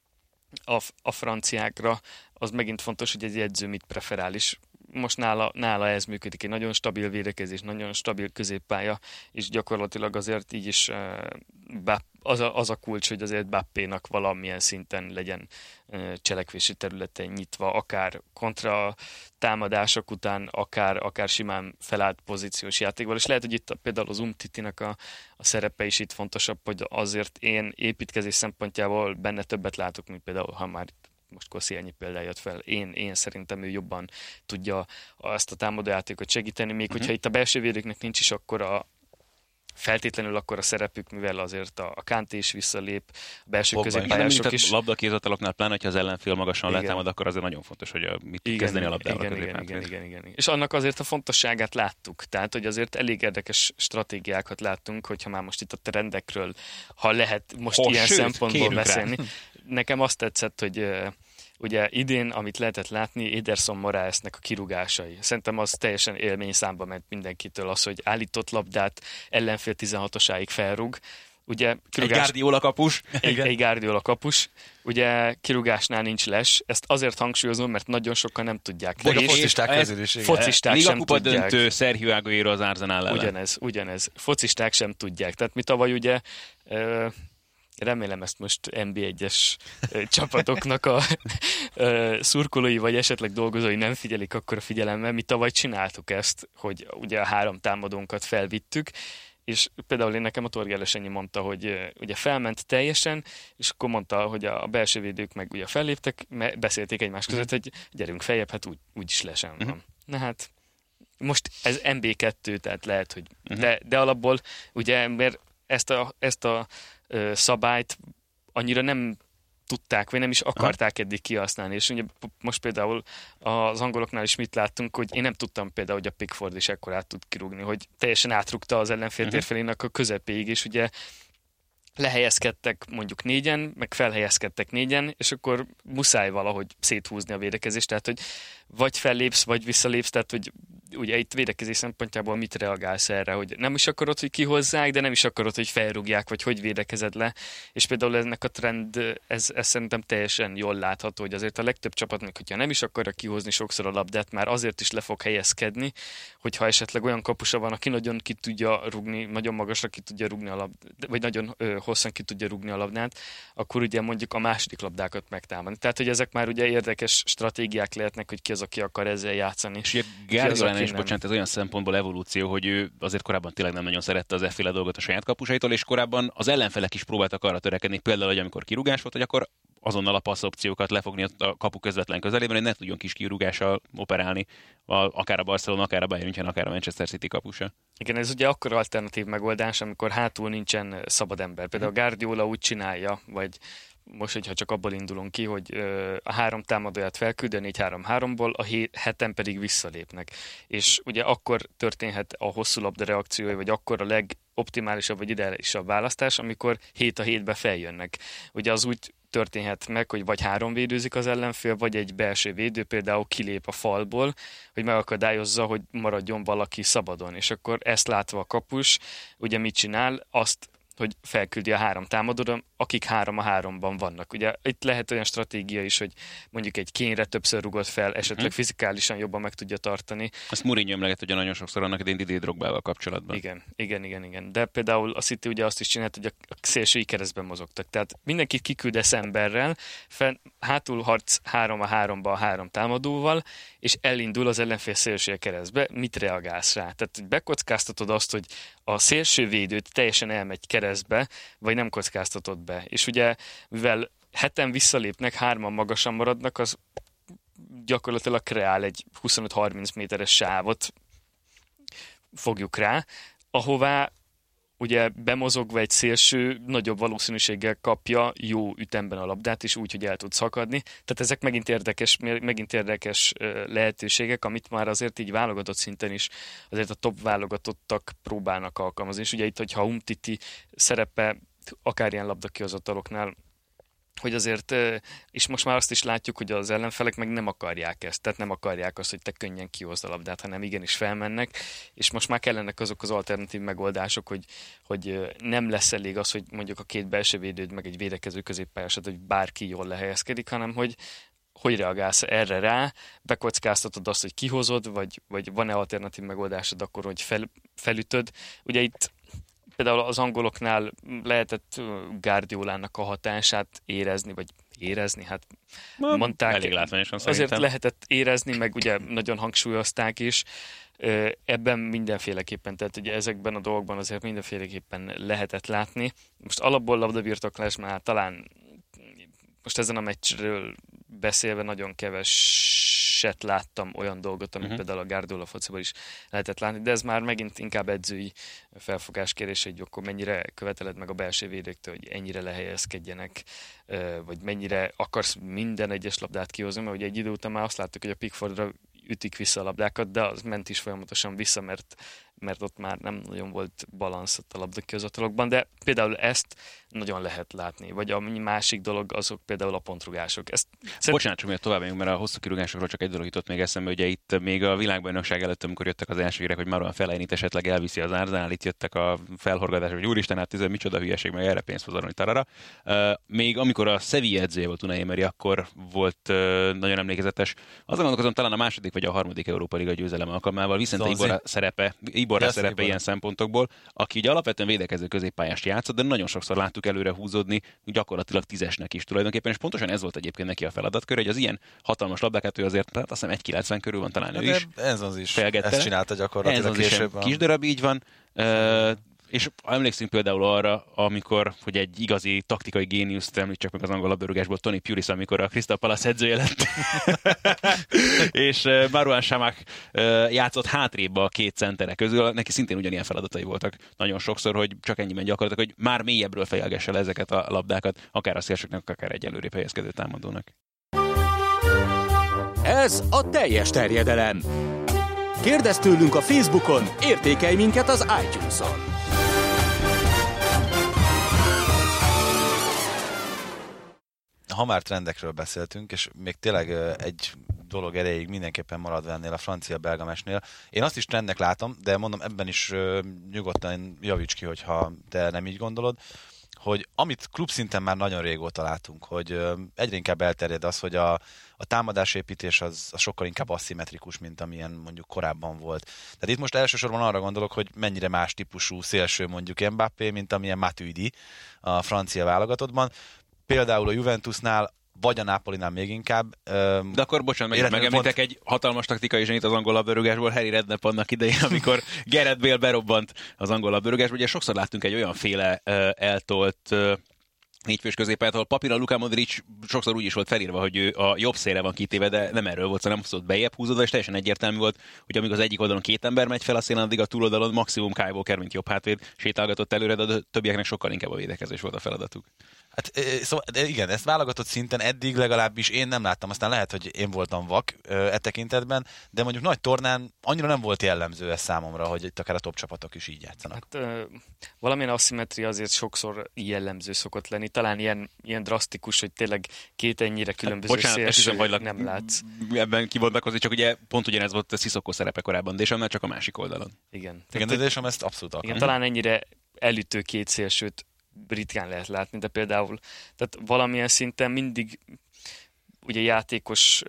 a franciákra, az megint fontos, hogy egy edző mit preferál is. Most nála ez működik, egy nagyon stabil védekezés, nagyon stabil középpálya, és gyakorlatilag azért így is az a kulcs, hogy azért Mbappénak valamilyen szinten legyen cselekvési területe nyitva, akár kontra támadások után, akár simán felállt pozíciós játékban. És lehet, hogy itt például az Umtitinek a szerepe is itt fontosabb, hogy azért én építkezés szempontjából benne többet látok, mint például, ha már most Koscielny példája jött fel. Én szerintem ő jobban tudja azt a támadójátékot segíteni, még hogyha itt a belső védőknek nincs is feltétlenül akkora szerepük, mivel azért a Kanté is visszalép, a belső középpályások is. Labdakézataloknál pláne, hogyha az ellenfél magasan letámad, akkor azért nagyon fontos, hogy mit tud kezdeni a labdával. Igen. És annak azért a fontosságát láttuk. Tehát, hogy azért elég érdekes stratégiákat láttunk, hogyha már most itt a trendekről, ha lehet most ilyen szempontból beszélni. Nekem azt tetszett, hogy ugye idén, amit lehetett látni, Ederson Moraesnek a kirúgásai. Szerintem az teljesen élményszámba ment mindenkitől az, hogy állított labdát ellenfél 16-osáig felrúg. Ugye, egy Guardiola kapus. Egy Guardiola kapus. Ugye kirúgásnál nincs les. Ezt azért hangsúlyozom, mert nagyon sokan nem tudják. Még a focisták közül is. Focisták Liga sem kupa tudják. döntő Sergio Aguero az Arsenal ellen. Ugyanez. Focisták sem tudják. Tehát mi tavaly ugye... remélem ezt most NB1-es csapatoknak a szurkolói vagy esetleg dolgozói nem figyelik akkor a figyelemmel. Mi tavaly csináltuk ezt, hogy ugye a 3 támadónkat felvittük, és például nekem a Torgeles ennyi mondta, hogy ugye felment teljesen, és akkor mondta, hogy a belső védők meg ugye felléptek, beszélték egymás között, hogy gyerünk feljebb, hát úgyis lesen van. Na hát, most ez NB2, tehát lehet, hogy de alapból ugye, mert ezt a szabályt annyira nem tudták, vagy nem is akarták eddig kihasználni. És ugye most például az angoloknál is mit láttunk, hogy én nem tudtam például, hogy a Pickford is ekkor át tud kirúgni, hogy teljesen átrúgta az ellenfél térfelének a közepéig, és ugye lehelyezkedtek mondjuk 4-en, meg felhelyezkedtek 4-en, és akkor muszáj valahogy széthúzni a védekezést, tehát hogy vagy fellépsz, vagy visszalépsz, tehát hogy ugye itt védekezés szempontjából mit reagálsz erre, hogy nem is akarod, hogy kihozzák, de nem is akarod, hogy felrúgják, vagy hogy védekezed le, és például ennek a trend, ez szerintem teljesen jól látható, hogy azért a legtöbb csapatnak, hogyha nem is akarja kihozni sokszor a labdát, már azért is le fog helyezkedni, hogyha esetleg olyan kapusa van, aki nagyon ki tudja rúgni, nagyon magasra ki tudja rúgni a labdát, vagy nagyon hosszan ki tudja rúgni a labdát, akkor ugye mondjuk a második labdákat megtámadni. Tehát, hogy ezek már ugye érdekes stratégiák lehetnek, hogy ki az, aki akar ezzel játszani. És Guardiolánál is, bocsánat, ez olyan szempontból evolúció, hogy ő azért korábban tényleg nem nagyon szerette az efféle dolgot a saját kapusaitól, és korábban az ellenfelek is próbáltak arra törekedni, például, hogy amikor kirúgás volt, hogy akkor azonnal a passz opciókat lefogni a kapu közvetlen közelében, hogy ne tudjon kis kirúgással operálni akár a Barcelona, akár a Bayern München, akár a Manchester City kapusa. Igen, ez ugye akkor alternatív megoldás, amikor hátul nincsen szabad ember. Például a Guardiola úgy csinálja, vagy most, hogyha csak abból indulunk ki, hogy a 3 támadóját felküldi a 4-3-3-ból, a 7-en pedig visszalépnek. És ugye akkor történhet a hosszú labda reakciója, vagy akkor a legoptimálisabb vagy ideálisabb választás, amikor 7 a 7-be feljönnek. Ugye az úgy történhet meg, hogy vagy 3 védőzik az ellenfél, vagy egy belső védő például kilép a falból, hogy megakadályozza, hogy maradjon valaki szabadon. És akkor ezt látva a kapus, ugye mit csinál? Azt, hogy felküldi a 3 támadóra, akik 3 a 3-ban vannak. Ugye itt lehet olyan stratégia is, hogy mondjuk egy Kane-re többször rugott fel, esetleg fizikálisan jobban meg tudja tartani. Ezt Mourinho emleget ugye nagyon sokszor annak idején Didier Drogbával kapcsolatban. Igen. De például a City ugye azt is csinált, hogy a szélsői keresztben mozogtak. Tehát mindenkit kiküldesz emberrel, hátul harc 3 a 3-ba a 3 támadóval, és elindul az ellenfél szélsője keresztbe. Mit reagálsz rá? Tehát hogy bekockáztatod azt, hogy a szélső védőt teljesen elmegy keresztbe, vagy nem kockáztatod be. És ugye, mivel 7-en visszalépnek, 3-an magasan maradnak, az gyakorlatilag kreál egy 25-30 méteres sávot, fogjuk rá, ahová ugye bemozogva egy szélső nagyobb valószínűséggel kapja jó ütemben a labdát, és úgy, hogy el tud szakadni. Tehát ezek megint érdekes lehetőségek, amit már azért így válogatott szinten is azért a top válogatottak próbálnak alkalmazni. És ugye itt, hogyha Umtiti szerepe akár ilyen labdakihozataloknál, hogy azért, és most már azt is látjuk, hogy az ellenfelek meg nem akarják ezt, tehát nem akarják azt, hogy te könnyen kihozd a labdát, hanem igenis felmennek, és most már kellenek azok az alternatív megoldások, hogy nem lesz elég az, hogy mondjuk a 2 belső védőd, meg egy védekező középpályásod, hogy bárki jól lehelyezkedik, hanem hogy reagálsz erre rá, bekockáztatod azt, hogy kihozod, vagy van-e alternatív megoldásod akkor, hogy felütöd. Ugye itt például az angoloknál lehetett Guardiolának a hatását érezni, hát mondták. Elég látványosan azért szerintem. lehetett érezni, meg ugye nagyon hangsúlyozták is. Ebben mindenféleképpen, tehát ugye ezekben a dolgokban azért mindenféleképpen lehetett látni. Most alapból labdabirtoklás már talán most ezen a meccsről beszélve nagyon keveset láttam olyan dolgot, amit például a Guardiola fociban is lehetett látni, de ez már megint inkább edzői felfogás kérdés, hogy akkor mennyire követeled meg a belső védőktől, hogy ennyire lehelyezkedjenek, vagy mennyire akarsz minden egyes labdát kihozni, mert ugye egy idő után már azt láttuk, hogy a Pickfordra ütik vissza a labdákat, de az ment is folyamatosan vissza, mert mert ott már nem nagyon volt balansz a labdakihozatalokban, de például ezt nagyon lehet látni. Vagy a másik dolog, azok például a pontrugások. Bocsánat, csak miért tovább megyünk, mert a hosszú kirúgásokról csak egy dolog jutott még eszembe, ugye itt még a világbajnokság előtt, amikor jöttek az első hírek, hogy Marouane Fellainit esetleg elviszi az Arsenal, itt jöttek a felhorgatások, hogy úristen, hát ez micsoda hülyeség, meg erre pénzt pazarolni, tarara. Még amikor a Sevilla edzője volt Unai Emery, akkor volt nagyon emlékezetes. Azon gondolkozom, talán a második vagy a harmadik Európa Liga győzelem alkalmával, viszont Iborra szerepe ilyen szempontokból, aki ugye alapvetően védekező középpályást játszott, de nagyon sokszor láttuk előre húzódni, gyakorlatilag 10-esnek is tulajdonképpen, és pontosan ez volt egyébként neki a feladatkör, hogy az ilyen hatalmas labdákat ő azért, hát azt hiszem 1,90 körül van talán ő is. Ez is felgette. Ezt csinálta gyakorlatilag később. Kis darab így van. És emlékszünk például arra, amikor, hogy egy igazi taktikai géniuszt említsek meg az angol labdarúgásból, Tony Pulis, amikor a Crystal Palace edzője lett. És Marouane Chamakh játszott hátrébb a két centere közül, neki szintén ugyanilyen feladatai voltak nagyon sokszor, hogy csak ennyiben gyakorlatilag, hogy már mélyebbről fejelgesse le ezeket a labdákat, akár a szélsőknek, akár egy előrébb helyezkedő támadónak. Ez a teljes terjedelem. Kérdezz tőlünk a Facebookon, értékelj minket az iTunes-on. Ha már trendekről beszéltünk, és még tényleg egy dolog erejéig mindenképpen maradva ennél a francia-belga mesnél. Én azt is trendnek látom, de mondom, ebben is nyugodtan javíts ki, hogyha te nem így gondolod, hogy amit klubszinten már nagyon régóta látunk, hogy egyre inkább elterjed az, hogy a támadásépítés az sokkal inkább aszimmetrikus, mint amilyen mondjuk korábban volt. Tehát itt most elsősorban arra gondolok, hogy mennyire más típusú szélső mondjuk Mbappé, mint amilyen Matuidi a francia válogatottban. Például a Juventusnál, vagy a Napolinál még inkább. De akkor bocsánat, megemlítek egy hatalmas taktikai zsenit az angol labdarúgásból, Harry Redknapp annak idején, amikor Gareth Bale berobbant az angol labdarúgásból. Ugye sokszor láttunk egy olyanféle eltolt négyfős középpályát, ahol papíron Luka Modric sokszor úgy is volt felírva, hogy ő a jobb szélre van kitéve, de nem erről volt, nem szólt bejebb húzódva, és teljesen egyértelmű volt, hogy amíg az egyik oldalon két ember megy fel a szélen, addig a túloldalon maximum Kyle Walker, mint jobb hátvéd, sétálgatott előre, de a többieknek sokkal inkább a védekezés volt a feladatuk. Hát szóval, igen, ezt válogatott szinten eddig legalábbis én nem láttam, aztán lehet, hogy én voltam vak tekintetben, de mondjuk nagy tornán annyira nem volt jellemző ez számomra, hogy itt akár a top csapatok is így játszanak. Hát valamilyen aszimmetria azért sokszor jellemző szokott lenni, talán ilyen drasztikus, hogy tényleg két ennyire különböző szélső nem látsz. Ebben kibontakozni, csak ugye pont ugyanez volt a Sissoko szerepe korábban, Deschamps csak a másik oldalon. Igen. Igen, de Deschamps ezt abszolút alkalmas. Igen, talán ennyire elütő két szélsőt ritkán lehet látni, de például tehát valamilyen szinten mindig ugye játékos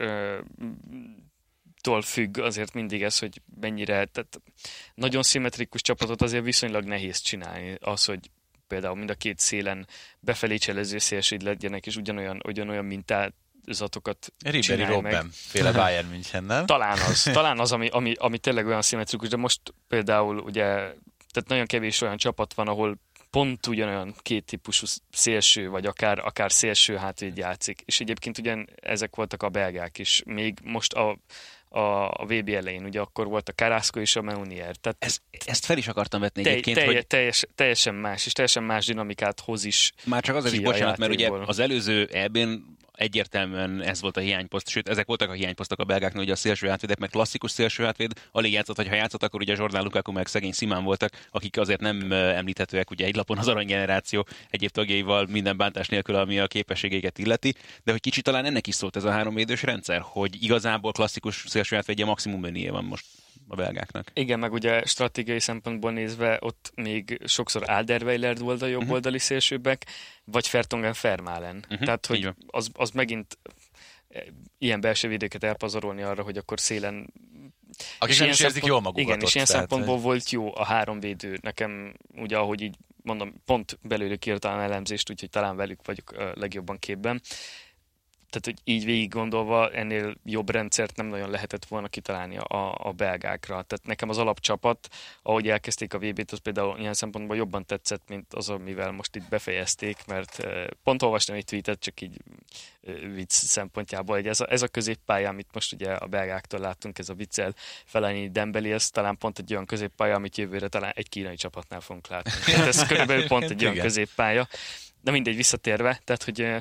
tól függ azért mindig ez, hogy mennyire, tehát nagyon szimmetrikus csapatot azért viszonylag nehéz csinálni. Az, hogy például mind a két szélen befelé cselező szélsőid legyenek, és ugyanolyan mintázatokat Ribéry Robben féle Bayern München, nem? Talán az ami tényleg olyan szimmetrikus, de most például ugye, tehát nagyon kevés olyan csapat van, ahol pont ugyanolyan két típusú szélső, vagy akár szélső hátvéd játszik. És egyébként ugyan ezek voltak a belgák is. Még most a VB elején, ugye akkor volt a Carrasco és a Meunier. Tehát ezt fel is akartam vetni egyébként, hogy teljesen más, és teljesen más dinamikát hoz is. Már csak azért is bocsánat, mert ugye az előző EB-n egyértelműen ez volt a hiányposzt, sőt, ezek voltak a hiányposztok a belgáknál, ugye a szélső hátvédek, mert klasszikus szélső hátvéd, alig játszott, vagy ha játszott, akkor ugye Jordan Lukaku meg szegény Simán voltak, akik azért nem említhetőek ugye egy lapon az aranygeneráció egyéb tagjaival minden bántás nélkül, ami a képességeiket illeti, de hogy kicsit talán ennek is szólt ez a háromvédős rendszer, hogy igazából klasszikus szélső hátvédje maximum Meunier van most a belgáknak. Igen, meg ugye stratégiai szempontból nézve ott még sokszor Alderweireld volt a jobb oldali szélsőbbek, vagy Vertonghen Vermaelen. Tehát, hogy az megint ilyen belső védőket elpazarolni arra, hogy akkor szélen... Akik nem is érzik jól magukat. Igen, és ilyen szempontból volt jó a három védő. Nekem ugye, ahogy így mondom, pont belőlük írtam elemzést, úgyhogy talán velük vagyok legjobban képben. Tehát, hogy így végig gondolva ennél jobb rendszert nem nagyon lehetett volna kitalálni a belgákra. Tehát nekem az alapcsapat, ahogy elkezdték a VB-t, az például ilyen szempontból jobban tetszett, mint az, amivel most itt befejezték, mert pont olvastam egy tweetet, csak így vicc szempontjából, hogy ez a középpálya, amit most ugye a belgáktól láttunk, ez a Witsel, Fellaini, Dembélé, ez talán pont egy olyan középpálya, amit jövőre talán egy kínai csapatnál fogunk látni. Tehát ez körülbelül pont egy olyan középpálya. De mindegy, visszatérve, tehát, hogy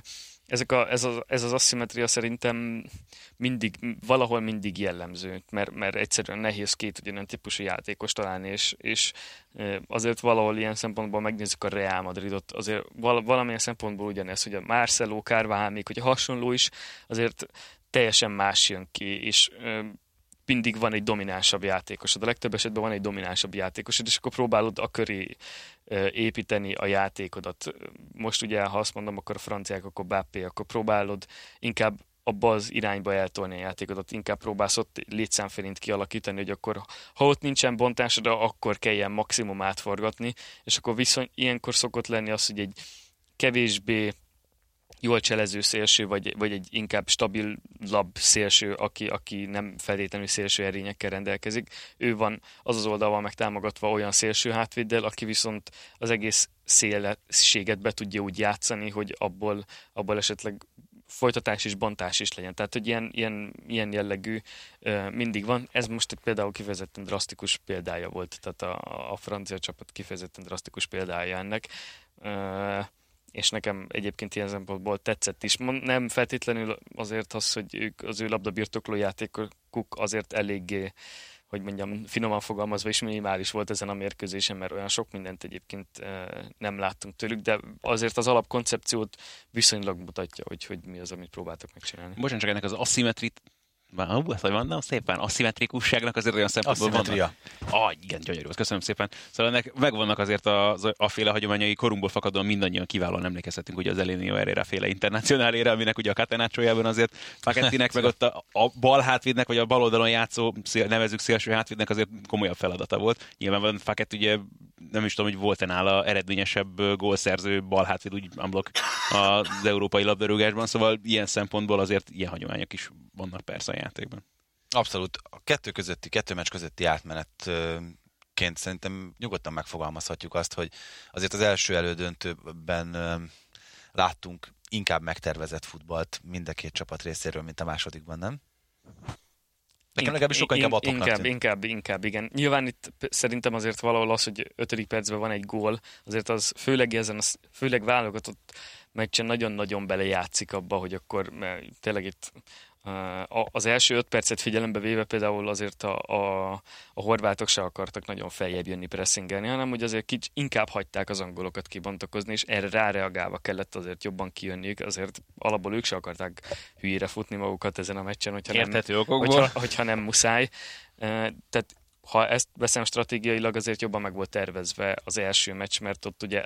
ez az aszimmetria szerintem valahol mindig jellemző, mert egyszerűen nehéz két ugyanolyan típusú játékos találni, és azért valahol ilyen szempontból megnézzük a Real Madridot, azért valamilyen szempontból ugyanez, hogy a Marcelo, Carvajal, még hogy hasonló is, azért teljesen más jön ki, és mindig van egy dominánsabb játékosod. A legtöbb esetben van egy dominánsabb játékosod, és akkor próbálod a köré építeni a játékodat. Most ugye, ha azt mondom, akkor a franciák, akkor Mbappé, akkor próbálod inkább abba az irányba eltolni a játékodat, inkább próbálsz ott létszámfélint kialakítani, hogy akkor, ha ott nincsen bontásod, akkor kelljen maximum átforgatni, és akkor ilyenkor szokott lenni az, hogy egy kevésbé jól cselező szélső, vagy egy inkább stabilabb szélső, aki nem feltétlenül szélső erényekkel rendelkezik. Ő van az oldal van megtámogatva olyan szélső hátvéddel, aki viszont az egész szélességet be tudja úgy játszani, hogy abból esetleg folytatás és bontás is legyen. Tehát, hogy ilyen jellegű mindig van. Ez most például kifejezetten drasztikus példája volt, tehát a francia csapat kifejezetten drasztikus példája ennek. És nekem egyébként ilyen szempontból tetszett is. Nem feltétlenül azért az, hogy az ő labdabirtokló játékuk azért eléggé, hogy mondjam, finoman fogalmazva is minimális volt ezen a mérkőzésen, mert olyan sok mindent egyébként nem láttunk tőlük, de azért az alapkoncepciót viszonylag mutatja, hogy mi az, amit próbáltak megcsinálni. Bocsánat, csak ennek az asszimetrit van szépen asszimetrikusságnak azért olyan szempontból vannak. Igen, gyönyörű, köszönöm szépen. Szóval ennek megvannak azért a féle hagyományai, korunkból fakadóan mindannyian kiválóan emlékezhetünk ugye az Elenio Herrera féle internacionálére, aminek ugye a Catenaccio-jában azért Fachettinek, meg ott a bal hátvédnek, vagy a bal oldalon játszó, nevezzük szélső hátvédnek azért komolyabb feladata volt. Nyilvánvalóan Fachet ugye nem is tudom, hogy volt-e nála eredményesebb gólszerző bal hátvéd úgy unblock az európai labdarúgásban, szóval ilyen szempontból azért ilyen hagyományok is vannak persze a játékban. Abszolút. A kettő meccs közötti átmenetként szerintem nyugodtan megfogalmazhatjuk azt, hogy azért az első elődöntőben láttunk inkább megtervezett futballt mind a két csapat részéről, mint a másodikban, nem? Nekem legalábbis sokkal inkább atoknak Inkább, igen. Nyilván itt szerintem azért valahol az, hogy 5. percben van egy gól, azért az főleg válogatott meccsen nagyon-nagyon belejátszik abba, hogy akkor tényleg itt az első 5 percet figyelembe véve például azért a horvátok se akartak nagyon feljebb jönni pressingelni, hanem hogy azért inkább hagyták az angolokat kibontakozni, és erre ráreagálva kellett azért jobban kijönniük, azért alapból ők se akarták hülyére futni magukat ezen a meccsen, hogyha nem muszáj. Tehát ha ezt veszem stratégiailag, azért jobban meg volt tervezve az első meccs, mert ott ugye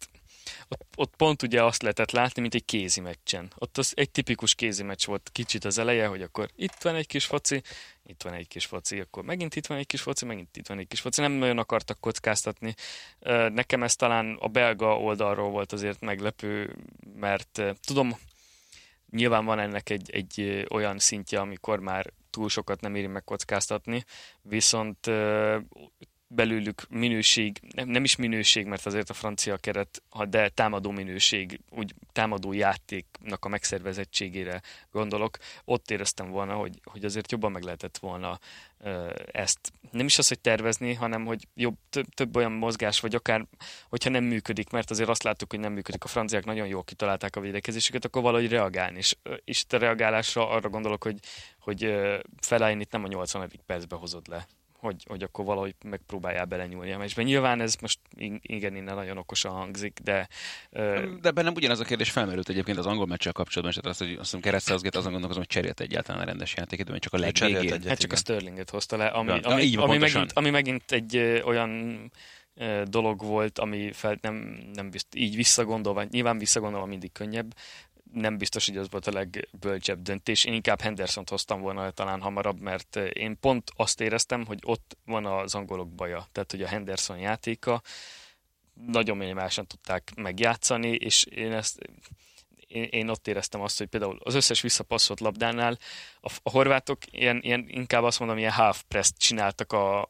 ott pont ugye azt lehetett látni, mint egy kézi meccsen. Ott az egy tipikus kézi meccs volt kicsit az eleje, hogy akkor itt van egy kis foci, itt van egy kis foci, akkor megint itt van egy kis foci, megint itt van egy kis foci. Nem nagyon akartak kockáztatni. Nekem ez talán a belga oldalról volt azért meglepő, mert tudom, nyilván van ennek egy olyan szintje, amikor már túl sokat nem éri megkockáztatni, viszont belőlük minőség, nem is minőség, mert azért a francia keret, de támadó minőség, úgy támadó játéknak a megszervezettségére gondolok, ott éreztem volna, hogy azért jobban meg lehetett volna ezt. Nem is az, hogy tervezni, hanem hogy több olyan mozgás, vagy akár, hogyha nem működik, mert azért azt láttuk, hogy nem működik. A franciák nagyon jól kitalálták a védekezésüket, akkor valahogy reagálni. És a reagálásra arra gondolok, hogy felállni itt nem a 80. percbe hozod le. Hogy akkor valahogy megpróbáljál belenyúlni a meccsbe. Nyilván ez most igen, innen nagyon okosan hangzik, de... De bennem ugyanaz a kérdés felmerült egyébként az angol meccsel kapcsolatban, és azt hiszem Keretszázgét azon gondolkozom, hogy cserélt egyáltalán a rendes játékidőben, csak a legvégén. Hát csak a Sterlinget hozta le, ami megint egy olyan dolog volt, ami nem így visszagondolva, nyilván visszagondolva mindig könnyebb, nem biztos, hogy az volt a legbölcsebb döntés. Én inkább Hendersont hoztam volna talán hamarabb, mert én pont azt éreztem, hogy ott van az angolok baja. Tehát, hogy a Henderson játéka nagyon minimálisan tudták megjátszani, és én ott éreztem azt, hogy például az összes visszapasszolt labdánál a horvátok ilyen inkább azt mondom, ilyen half press-t csináltak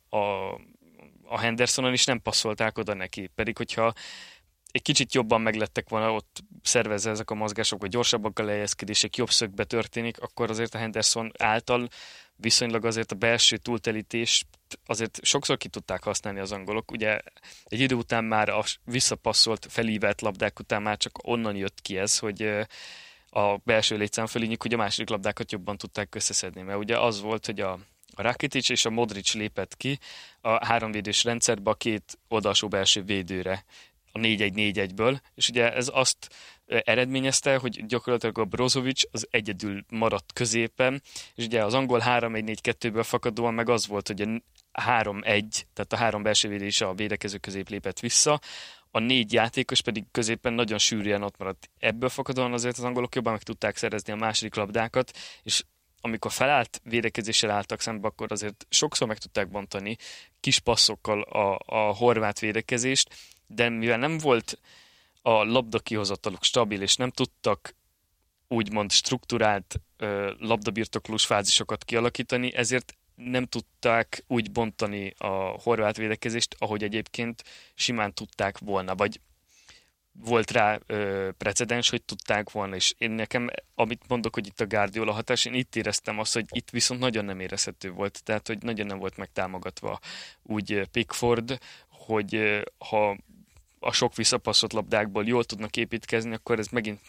a Hendersonon, és nem passzolták oda neki. Pedig, hogyha egy kicsit jobban meglettek volna ott szervezve ezek a mozgások, vagy gyorsabbak a lejegyezkedések, jobb szögbe történik, akkor azért a Henderson által viszonylag azért a belső túltelítést azért sokszor ki tudták használni az angolok. Ugye egy idő után már a visszapasszolt, felívelt labdák után már csak onnan jött ki ez, hogy a belső létszám fölényük, hogy a második labdákat jobban tudták összeszedni, mert ugye az volt, hogy a Rakitic és a Modric lépett ki a háromvédős rendszerbe a két oldalsó belső védőre a 4-1-4-1-ből, és ugye ez azt eredményezte, hogy gyakorlatilag a Brozovic az egyedül maradt középen, és ugye az angol 3-1-4-2-ből fakadóan meg az volt, hogy a 3-1, tehát a három belső védő is a védekező közép lépett vissza, a 4 játékos pedig középen nagyon sűrűen ott maradt. Ebből fakadóan azért az angolok jobban meg tudták szerezni a második labdákat, és amikor felállt védekezéssel álltak szembe, akkor azért sokszor meg tudták bontani kis passzokkal a horvát védekezést, de mivel nem volt a labda kihozataluk stabil, és nem tudtak úgymond strukturált labdabirtoklós fázisokat kialakítani, ezért nem tudták úgy bontani a horvát védekezést, ahogy egyébként simán tudták volna, vagy volt rá precedens, hogy tudták volna, és én nekem, amit mondok, hogy itt a Guardiola hatás, én itt éreztem azt, hogy itt viszont nagyon nem érezhető volt, tehát, hogy nagyon nem volt megtámogatva úgy Pickford, hogy ha a sok visszapasszott labdákból jól tudnak építkezni, akkor ez megint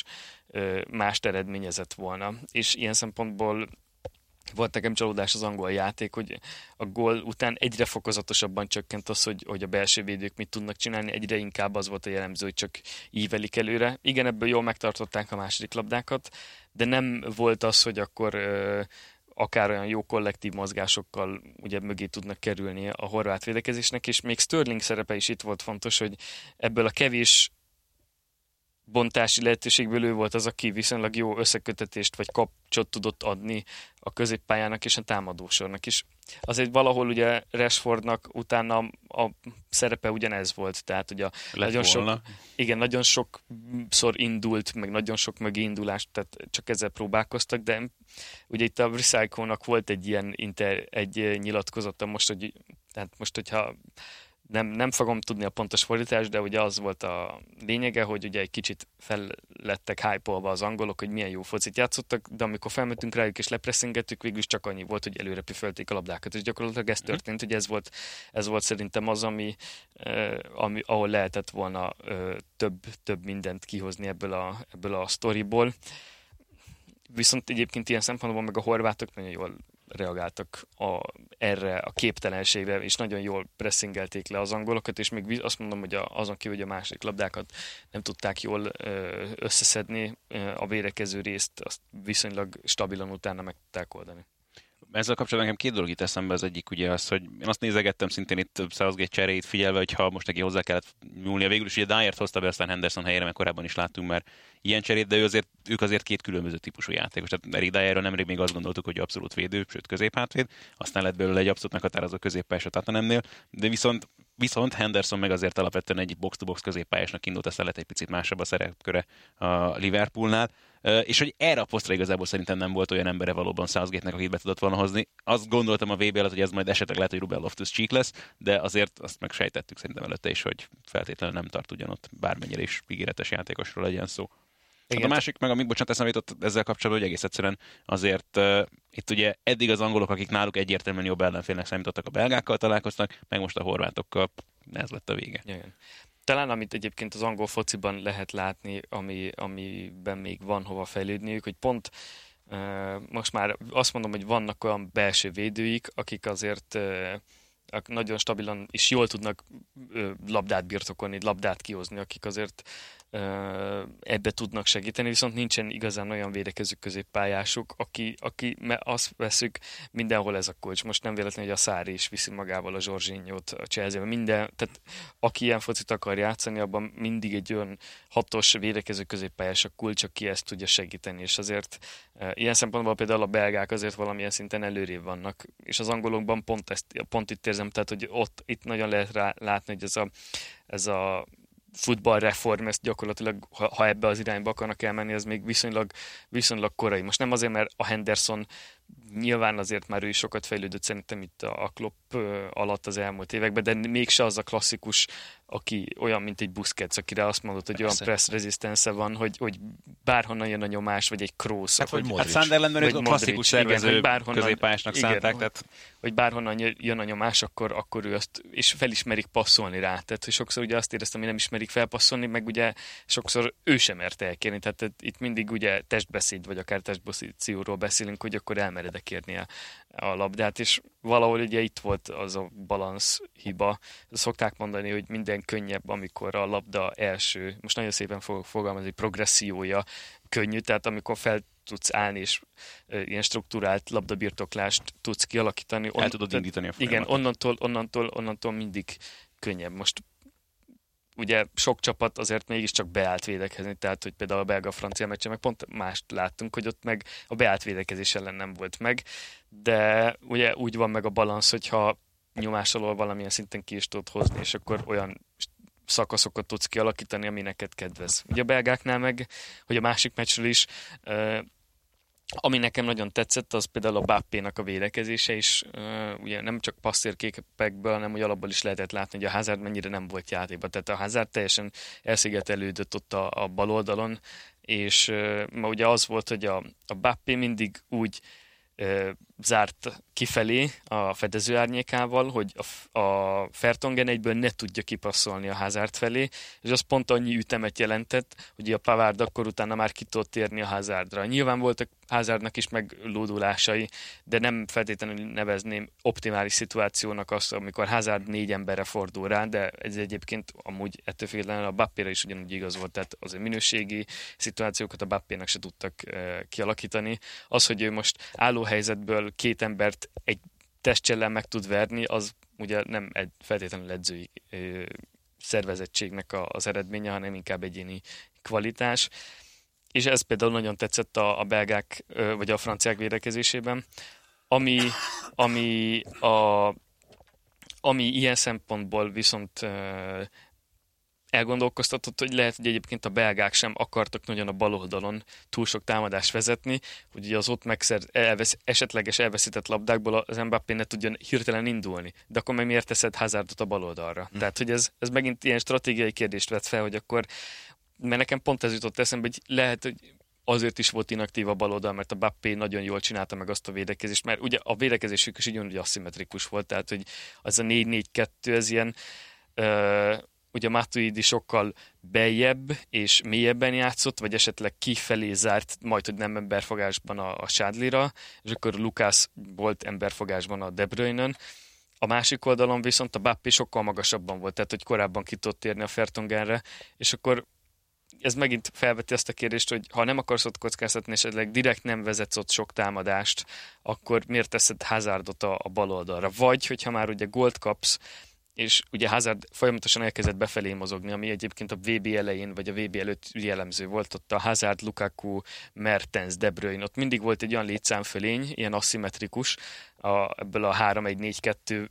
mást eredményezett volna. És ilyen szempontból volt nekem csalódás az angol játék, hogy a gól után egyre fokozatosabban csökkent az, hogy a belső védők mit tudnak csinálni, egyre inkább az volt a jellemző, hogy csak ívelik előre. Igen, ebből jól megtartották a második labdákat, de nem volt az, hogy akkor akár olyan jó kollektív mozgásokkal ugye mögé tudnak kerülni a horvát védekezésnek, és még Sterling szerepe is itt volt fontos, hogy ebből a kevés bontási lehetőségből ő volt az, aki viszonylag jó összekötetést vagy kapcsot tudott adni a középpályának és a támadósornak is. Azért valahol ugye Rashfordnak utána a szerepe ugyanez volt, tehát ugye nagyon sokszor indult, meg nagyon sok mögé indulást, tehát csak ezzel próbálkoztak, de ugye itt a Recycle-nak volt egy ilyen egy nyilatkozata most, hogyha nem fogom tudni a pontos fordítást, de ugye az volt a lényege, hogy ugye egy kicsit fel lettek hype-olva az angolok, hogy milyen jó focit játszottak, de amikor felmentünk rájuk és lepresszingettük, végülis csak annyi volt, hogy előre püfölték a labdákat, és gyakorlatilag ez történt, hogy ez volt szerintem az, ahol lehetett volna több mindent kihozni ebből a sztoriból. Viszont egyébként ilyen szempontból meg a horvátok nagyon jól reagáltak erre a képtelenségre, és nagyon jól pressingelték le az angolokat, és még azt mondom, hogy azon kívül, hogy a második labdákat nem tudták jól összeszedni, a védekező részt azt viszonylag stabilan utána meg tudták oldani. Ezzel kapcsolatban nekem két dolog itt eszembe, az egyik ugye az, hogy én azt nézegettem szintén itt Southgate cseréit figyelve, hogy ha most neki hozzá kellett nyúlnia, végül is ugye Dyert hozta be aztán Henderson helyére, mert korábban is láttunk már ilyen cserét, de ők azért két különböző típusú játékos. Tehát Eric Dyerről nemrég még azt gondoltuk, hogy abszolút védő, sőt középhátvéd, aztán lett belőle egy abszolút meghatározó középpályás a Tottenhamnél, de viszont Henderson meg azért alapvetően egy box-to-box középpályásnak indult, aztán lett egy picit másabb a szerepköre a Liverpoolnál. És hogy erre a posztra igazából szerintem nem volt olyan embere valóban Southgate-nek, akit be tudott volna hozni. Azt gondoltam a VB alatt, hogy ez majd esetleg lehet, hogy Ruben Loftus-Cheek lesz, de azért azt megsejtettük szerintem előtte is, hogy feltétlenül nem tart ugyanott, bármennyire is ígéretes játékosról legyen szó. Hát a másik meg, amíg bocsánat eszembe jutott ezzel kapcsolatban, hogy egész egyszerűen azért itt ugye eddig az angolok, akik náluk egyértelműen jobb ellenfélnek számítottak, a belgákkal találkoztak, meg most a horvátokkal, ez lett a vége. Igen. Talán amit egyébként az angol fociban lehet látni, amiben még van hova fejlődniük, hogy pont most már azt mondom, hogy vannak olyan belső védőik, akik azért nagyon stabilan és jól tudnak labdát birtokolni, labdát kihozni, akik azért ebbe tudnak segíteni, viszont nincsen igazán olyan védekező középpályásuk, aki azt veszük, mindenhol ez a kulcs. Most nem véletlen, hogy a Sarri is viszi magával a Jorginhót a Chelsea-be. Tehát aki ilyen focit akar játszani, abban mindig egy olyan hatos védekező középpályás a kulcs, aki ezt tudja segíteni, és azért ilyen szempontból például a belgák azért valamilyen szinten előrébb vannak, és az angolokban pont itt érzem, tehát hogy itt nagyon lehet látni, hogy ez a futballreform, ezt gyakorlatilag, ha ebbe az irányba akarnak elmenni, ez még viszonylag korai. Most nem azért, mert a Henderson nyilván azért már ő is sokat fejlődött szerintem itt a Klopp alatt az elmúlt években, de mégse az a klasszikus, aki olyan, mint egy Busquets, akire azt mondod, hogy olyan press resistance van, hogy bárhonnan jön a nyomás, vagy egy Kroos. Hát, vagy Hát Sunderlandben egy klasszikus szervező középpályásnak szánták. Tehát... hogy bárhonnan jön a nyomás, akkor ő azt, és felismerik passzolni rá. Tehát, hogy sokszor ugye azt éreztem, hogy nem ismerik felpasszolni, meg ugye sokszor ő sem merte elkérni. Tehát itt mindig ugye testbeszéd, vagy akár testpozícióról beszélünk, hogy akkor elmered kérni a labdát, és valahol ugye itt volt az a balansz hiba. Szokták mondani, hogy minden könnyebb, amikor a labda első, most nagyon szépen fogok fogalmazni, progressziója könnyű, tehát amikor fel tudsz állni, és ilyen struktúrált labdabirtoklást tudsz kialakítani. El tudod indítani a folyamatot. Igen, onnantól mindig könnyebb. Most ugye sok csapat azért mégiscsak beállt védekezni, tehát hogy például a belga-francia meccsen meg pont mást láttunk, hogy ott meg a beállt védekezés ellen nem volt meg, de ugye úgy van meg a balansz, hogyha nyomás alól valamilyen szinten ki is tudod hozni, és akkor olyan szakaszokat tudsz kialakítani, ami neked kedvez. Ugye a belgáknál meg, hogy a másik meccsről is, ami nekem nagyon tetszett, az például a Mbappénak a védekezése is, ugye nem csak passzérképekből, hanem hogy alapból is lehetett látni, hogy a Hazard mennyire nem volt játékban. Tehát a Hazard teljesen elszigetelődött ott a bal oldalon, és ma ugye az volt, hogy a Mbappé mindig úgy zárt kifelé a fedező árnyékával, hogy a Vertonghen egyből ne tudja kipasszolni a Hazard felé, és az pont annyi ütemet jelentett, hogy a Pavard akkor utána már ki tudott térni a Hazardra. Nyilván voltak Hazardnak is meglódulásai, de nem feltétlenül nevezném optimális szituációnak azt, amikor Hazard 4 emberre fordul rá, de ez egyébként amúgy ettől függetlenül a Mbappére is ugyanúgy igaz volt, tehát az minőségi szituációkat a Mbappénak se tudtak kialakítani. Az, hogy ő most álló helyzetből 2 embert egy testcsellel meg tud verni, az ugye nem feltétlenül edzői szervezettségnek az eredménye, hanem inkább egyéni kvalitás. És ez például nagyon tetszett a belgák vagy a franciák védekezésében, ami ilyen szempontból viszont elgondolkoztatott, hogy lehet, hogy egyébként a belgák sem akartak nagyon a bal oldalon túl sok támadást vezetni, hogy az ott esetleges elveszített labdákból az Mbappé ne tudjon hirtelen indulni. De akkor meg miért teszed Hazardot a bal oldalra? Tehát, hogy ez megint ilyen stratégiai kérdést vett fel, hogy akkor, mert nekem pont ez jutott eszembe, hogy lehet, hogy azért is volt inaktív a bal oldal, mert a Mbappé nagyon jól csinálta meg azt a védekezést, mert ugye a védekezésük is ugyanúgy aszimmetrikus volt, tehát, hogy az a 4-4-2, ez ilyen ugye Matuidi sokkal beljebb és mélyebben játszott, vagy esetleg kifelé zárt, majd hogy nem emberfogásban a Chadlira, és akkor Lucas volt emberfogásban a De Bruyne-ön. A másik oldalon viszont a Mbappé sokkal magasabban volt, tehát hogy korábban ki tudott térni a Vertonghenre, és akkor ez megint felveti azt a kérdést, hogy ha nem akarsz ott kockáztatni, és esetleg direkt nem vezetsz ott sok támadást, akkor miért teszed Hazardot a bal oldalra? Vagy, hogyha már ugye gólt kapsz, és ugye Hazard folyamatosan elkezdett befelé mozogni, ami egyébként a VB elején, vagy a VB előtt jellemző volt, ott a Hazard, Lukaku, Mertens, De Bruyne, ott mindig volt egy olyan létszámfölény, ilyen aszimmetrikus, ebből a 3-1-4-2,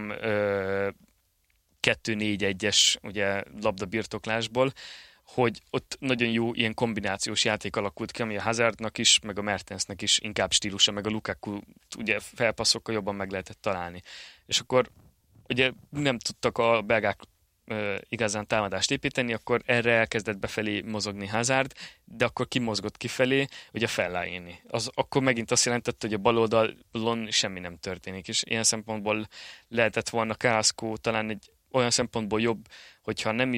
2-4-1-es ugye labdabirtoklásból, hogy ott nagyon jó ilyen kombinációs játék alakult ki, ami a Hazardnak is, meg a Mertensnek is inkább stílusa, meg a Lukaku ugye felpasszokkal jobban meg lehetett találni. És akkor ugye nem tudtak a belgák igazán támadást építeni, akkor erre elkezdett befelé mozogni Hazard, de akkor kimozgott kifelé, ugye Fellaini. Az akkor megint azt jelentette, hogy a bal oldalon semmi nem történik, és ilyen szempontból lehetett volna Carrasco talán egy olyan szempontból jobb, hogyha nem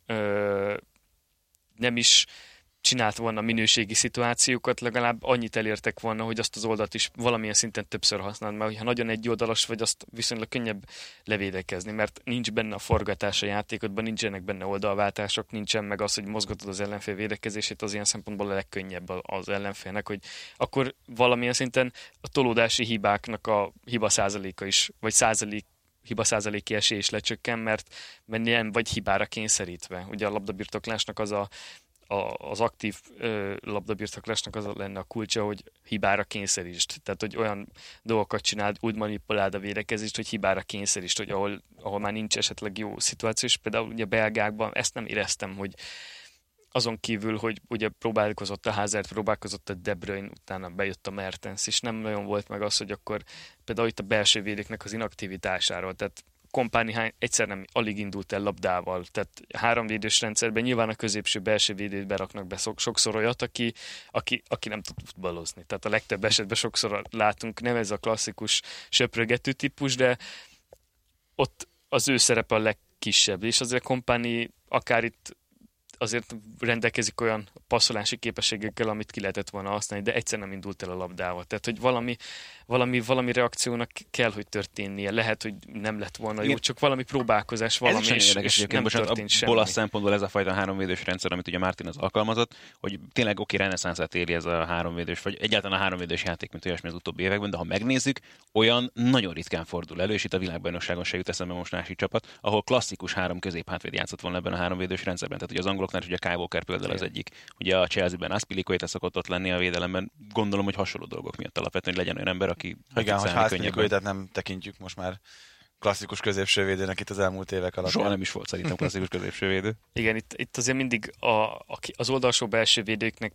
is csinált volna minőségi szituációkat, legalább annyit elértek volna, hogy azt az oldalt is valamilyen szinten többször használd, mert hogyha nagyon egyoldalas vagy, azt viszonylag könnyebb levédekezni, mert nincs benne a forgatás a játékodban, nincsenek benne oldalváltások, nincsen meg az, hogy mozgatod az ellenfél védekezését, az ilyen szempontból a legkönnyebb az ellenfélnek, hogy akkor valamilyen szinten a tolódási hibáknak a hiba százaléka is, vagy hiba százaléki esély is lecsökken, mert nem vagy hibára kényszerítve. Ugye a labdabirtoklásnak az aktív labdabirtoklásnak az lenne a kulcsa, hogy hibára kényszerítsd. Tehát, hogy olyan dolgokat csináld, úgy manipuláld a védekezést, hogy hibára kényszerítsd, hogy ahol már nincs esetleg jó szituáció, és például ugye a belgákban ezt nem éreztem, hogy azon kívül, hogy ugye próbálkozott a Hazard, próbálkozott a De Bruyne, utána bejött a Mertens, és nem nagyon volt meg az, hogy akkor például itt a belső védőknek az inaktivitásáról, tehát Kompány egyszer nem alig indult el labdával, tehát 3 védős rendszerben nyilván a középső belső védőt beraknak be sokszor olyat, aki nem tud futballozni. Tehát a legtöbb esetben sokszor látunk, nem ez a klasszikus söprögető típus, de ott az ő szerepe a legkisebb, és azért Kompány akár itt azért rendelkezik olyan passzolási képességekkel, amit ki lehetett volna használni, de egyszer nem indult el a labdával. Tehát, hogy valami reakciónak kell, hogy történnie. Lehet, hogy nem lett volna jó, csak valami próbálkozás, valami, és nem történt semmi. A szempontból ez a fajta 3-védős rendszer, amit ugye Martin az alkalmazott, hogy tényleg reneszánszát éli ez a 3-védős, vagy egyáltalán a 3-védős játék, mint olyasmi az utóbbi években, de ha megnézzük, olyan nagyon ritkán fordul elő, és itt a világbajnokságon se jut eszembe most másik csapat, ahol klasszikus 3 középhátvéd játszott volna ebben a 3-védős rendszerben. Tehát ugye az angoloknál is ugye Kyle Walker például az egyik. Ugye a Chelsea-ben Azpilicueta szokott ott lenni a védelemben. Gondolom, hogy hasonló dolgok miatt alapvetően, hogy legyen olyan ember, aki igen, hogy Azpilicuetát nem tekintjük most már klasszikus középsővédőnek itt az elmúlt évek alatt. Soha nem is volt szerintem klasszikus középsővédő. Igen, itt azért mindig az oldalsó belső védőknek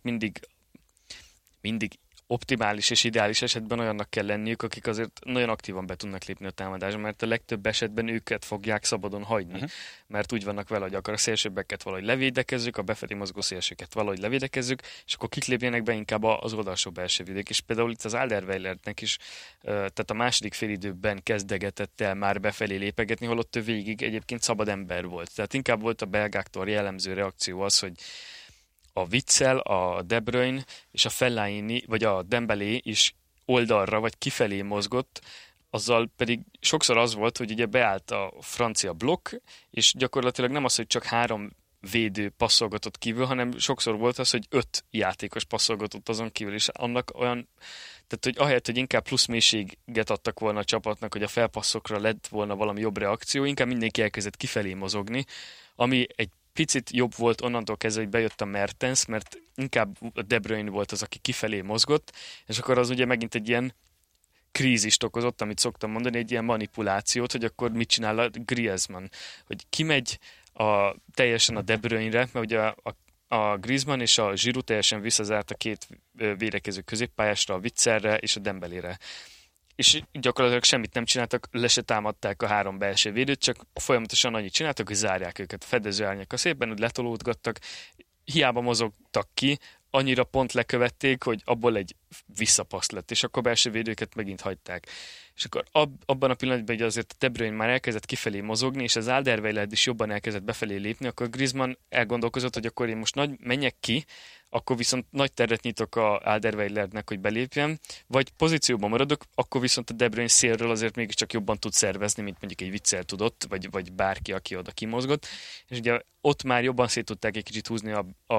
mindig optimális és ideális esetben olyannak kell lenniük, akik azért nagyon aktívan be tudnak lépni a támadásba, mert a legtöbb esetben őket fogják szabadon hagyni, mert úgy vannak vele, hogy akkor a szélsőbbeket valahogy levédekezzük, a befelé mozgó szélsőket valahogy levédekezzük, és akkor kik lépjenek be inkább az oldalsó belső védők. És például itt az Alderweireldnek is, tehát a második félidőben kezdegetett el már befelé lépegetni, holott ő végig egyébként szabad ember volt. Tehát inkább volt a belgáktól jellemző reakció az, hogy a Witsel, a De Bruyne és a Fellaini, vagy a Dembélé is oldalra vagy kifelé mozgott, azzal pedig sokszor az volt, hogy ugye beállt a francia blokk, és gyakorlatilag nem az, hogy csak 3 védő passzolgatott kívül, hanem sokszor volt az, hogy 5 játékos passzolgatott azon kívül, és annak olyan, tehát hogy ahelyett, hogy inkább plusz mélységet adtak volna a csapatnak, hogy a felpasszokra lett volna valami jobb reakció, inkább mindenki elkezdett kifelé mozogni, ami egy picit jobb volt onnantól kezdve, hogy bejött a Mertens, mert inkább a De Bruyne volt az, aki kifelé mozgott, és akkor az ugye megint egy ilyen krízist okozott, amit szoktam mondani, egy ilyen manipulációt, hogy akkor mit csinál a Griezmann, hogy kimegy teljesen a De Bruyne-re, mert ugye a Griezmann és a Giroud teljesen visszazárt a 2 védekező középpályásra, a Witzelre és a Dembélére. És gyakorlatilag semmit nem csináltak, le se támadták a 3 belső védőt, csak folyamatosan annyit csináltak, hogy zárják őket. A fedezőárnyak a szépen, hogy letolódgattak, hiába mozogtak ki, annyira pont lekövették, hogy abból egy visszapassz lett, és akkor belső védőket megint hagyták. És akkor abban a pillanatban, hogy azért a De Bruyne már elkezdett kifelé mozogni, és az Alderweireld is jobban elkezdett befelé lépni, akkor Griezmann elgondolkozott, hogy akkor én most menjek ki, akkor viszont nagy teret nyitok a Alderweireldnek, hogy belépjem, vagy pozícióban maradok, akkor viszont a De Bruyne szélről azért mégiscsak jobban tud szervezni, mint mondjuk egy Witsel tudott, vagy bárki, aki oda kimozgott. És ugye ott már jobban szét tudták egy kicsit húzni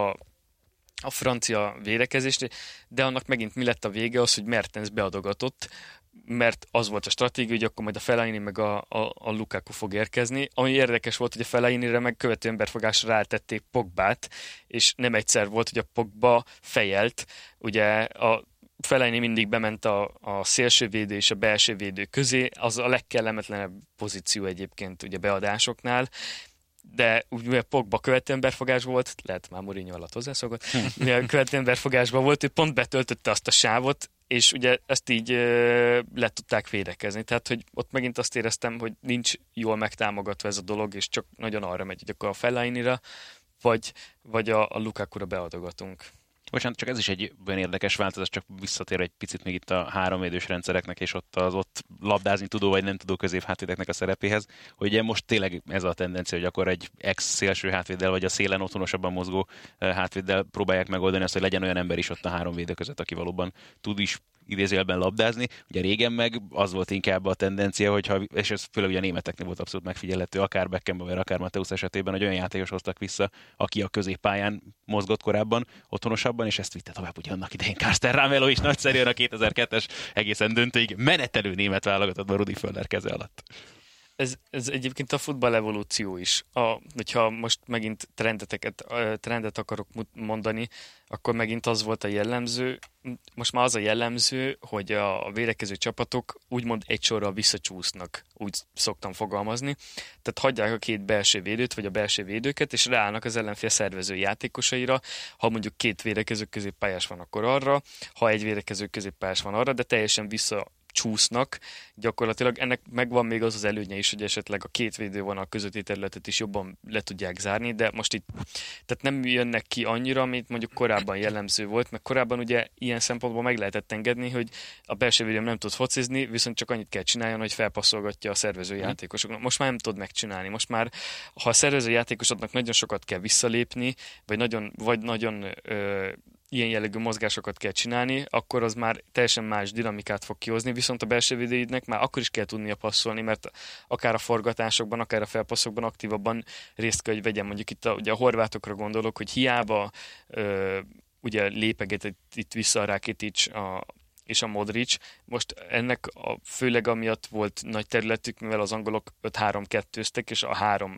a francia védekezést, de annak megint mi lett a vége az, hogy Mertens beadogatott, mert az volt a stratégia, hogy akkor majd a Fellaini meg a Lukaku fog érkezni. Ami érdekes volt, hogy a Fellainire meg követő emberfogásra rátették Pogbát, és nem egyszer volt, hogy a Pogba fejelt. Ugye a Fellaini mindig bement a szélsővédő és a belső védő közé, az a legkellemetlenebb pozíció egyébként ugye beadásoknál, de ugye Pogba követő emberfogás volt, lehet már Mourinho alatt hozzászokott, mivel követő emberfogásban volt, ő pont betöltötte azt a sávot, és ugye ezt így le tudták védekezni. Tehát, hogy ott megint azt éreztem, hogy nincs jól megtámogatva ez a dolog, és csak nagyon arra megy, hogy akkor a Fellainira, vagy a Lukakura beadogatunk. Bocsánat, csak ez is egy olyan érdekes változás, csak visszatér egy picit még itt a 3 védős rendszereknek, és ott labdázni tudó vagy nem tudó középhátvédeknek a szerepéhez, hogy ugye most tényleg ez a tendencia, hogy akkor egy ex-szélső hátvéddel, vagy a szélen otthonosabban mozgó hátvéddel próbálják megoldani azt, hogy legyen olyan ember is ott a 3 védő között, aki valóban tud is idézőjelben labdázni. Ugye régen meg az volt inkább a tendencia, és ez főleg ugye a németeknél volt abszolút megfigyelhető, akár Beckenbauer, akár Matthäus esetében, hogy olyan játékos hoztak vissza, aki a középpályán mozgott korábban, otthonosabban, és ezt vitte tovább ugye annak idején Carsten Ramelow is nagyszerűen a 2002-es egészen döntőig menetelő német válogatottban Rudi Völler keze alatt. Ez egyébként a futball evolúció is. Hogyha most megint trendet akarok mondani, akkor megint az volt a jellemző, most már az a jellemző, hogy a védekező csapatok úgymond egy sorral visszacsúsznak, úgy szoktam fogalmazni. Tehát hagyják a két belső védőt, vagy a belső védőket, és ráállnak az ellenfél szervező játékosaira. Ha mondjuk két védekező középpályás van, akkor arra, ha egy védekező középpályás van arra, de teljesen csúsznak. Gyakorlatilag ennek megvan még az előnye is, hogy esetleg a két védővonal közötti területet is jobban le tudják zárni, de most itt tehát nem jönnek ki annyira, mint mondjuk korábban jellemző volt, mert korábban ugye ilyen szempontból meg lehetett engedni, hogy a belső védő nem tud focizni, viszont csak annyit kell csináljon, hogy felpasszolgatja a szervező játékosoknak. Most már nem tud megcsinálni. Most már, ha a szervező játékosoknak nagyon sokat kell visszalépni, vagy nagyon ilyen jellegű mozgásokat kell csinálni, akkor az már teljesen más dinamikát fog kihozni, viszont a belső védőidnek már akkor is kell tudnia passzolni, mert akár a forgatásokban, akár a felpasszokban aktívabban részt kell, hogy vegyen. Mondjuk itt ugye a horvátokra gondolok, hogy hiába ugye lépeget itt vissza a Rakitic és a Modric. Most ennek főleg amiatt volt nagy területük, mivel az angolok 5-3-2-ztek, és a három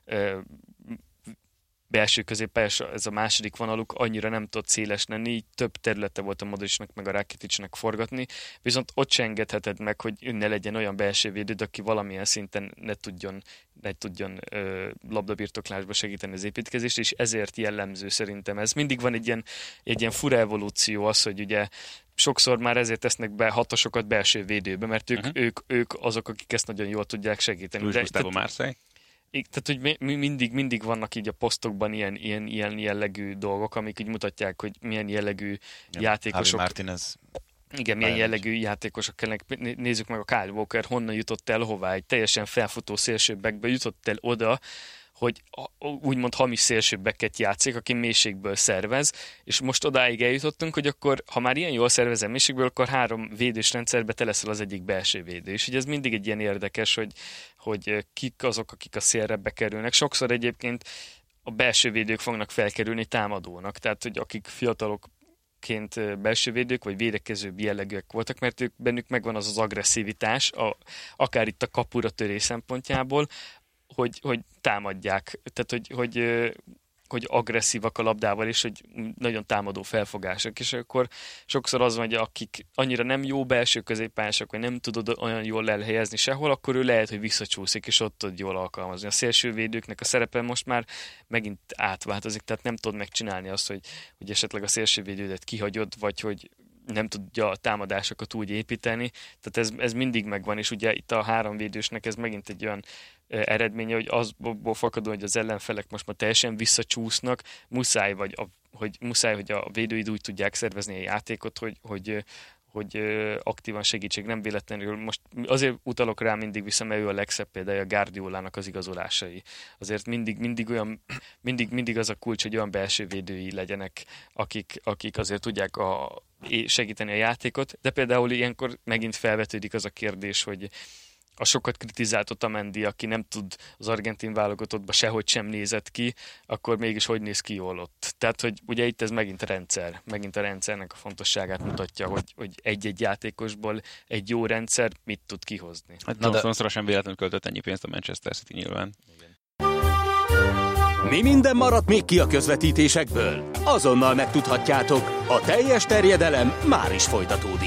belső középpályás, ez a második vonaluk annyira nem tudott széles lenni, így több területe volt a Modricnak meg a Rakiticnek forgatni, viszont ott se engedheted meg, hogy ne legyen olyan belső védőd, aki valamilyen szinten ne tudjon labdabirtoklásba segíteni az építkezést, és ezért jellemző szerintem ez. Mindig van egy ilyen fura evolúció az, hogy ugye sokszor már ezért tesznek be hatosokat belső védőbe, mert ők azok, akik ezt nagyon jól tudják segíteni. Gustavo Marseille. Tehát, hogy mindig vannak így a posztokban ilyen jellegű dolgok, amik így mutatják, hogy milyen jellegű játékosok... Martinez. Igen, milyen jellegű játékosok kellnek. Nézzük meg a Kyle Walker, honnan jutott el, hová, egy teljesen felfutó szélsőbbekbe jutott el oda, hogy úgymond hamis szélsőbbeket játszik, aki mélységből szervez, és most odáig eljutottunk, hogy akkor, ha már ilyen jól szervezem mélységből, akkor 3 védős rendszerbe te leszel az egyik belső védő. És ugye ez mindig egy ilyen érdekes, hogy kik azok, akik a szélre bekerülnek. Sokszor egyébként a belső védők fognak felkerülni támadónak, tehát hogy akik fiatalok belső védők, vagy védekezőbb jellegűek voltak, mert bennük megvan az agresszivitás, akár itt a kapura törés szempontjából, hogy támadják, tehát hogy agresszívak a labdával, és hogy nagyon támadó felfogások, és akkor sokszor az van, hogy akik annyira nem jó belső középpályások, vagy nem tudod olyan jól elhelyezni sehol, akkor ő lehet, hogy visszacsúszik, és ott tud jól alkalmazni. A szélsővédőknek a szerepe most már megint átváltozik, tehát nem tudod megcsinálni azt, hogy esetleg a szélsővédődet kihagyod, vagy hogy nem tudja a támadásokat úgy építeni, tehát ez mindig megvan, és ugye itt a 3 védősnek ez megint egy olyan eredménye, hogy azból fakadóan, hogy az ellenfelek most már teljesen visszacsúsznak, muszáj, hogy a védőid úgy tudják szervezni a játékot, hogy aktívan segítség, nem véletlenül. Most azért utalok rá mindig vissza, mert ő a legszebb példája a Guardiolának az igazolásai. Azért mindig az a kulcs, hogy olyan belső védői legyenek, akik azért tudják segíteni a játékot, de például ilyenkor megint felvetődik az a kérdés, hogy a sokat kritizált Otamendi, aki nem tud az argentin válogatottba sehogy sem nézett ki, akkor mégis hogy néz ki jól ott. Tehát, hogy ugye itt ez megint a rendszernek a fontosságát mutatja, hogy egy-egy játékosból egy jó rendszer mit tud kihozni. Hát Johnson sem véletlenül költött ennyi pénzt a Manchester City nyilván. Mi minden maradt még ki a közvetítésekből? Azonnal megtudhatjátok, a teljes terjedelem már is folytatódik.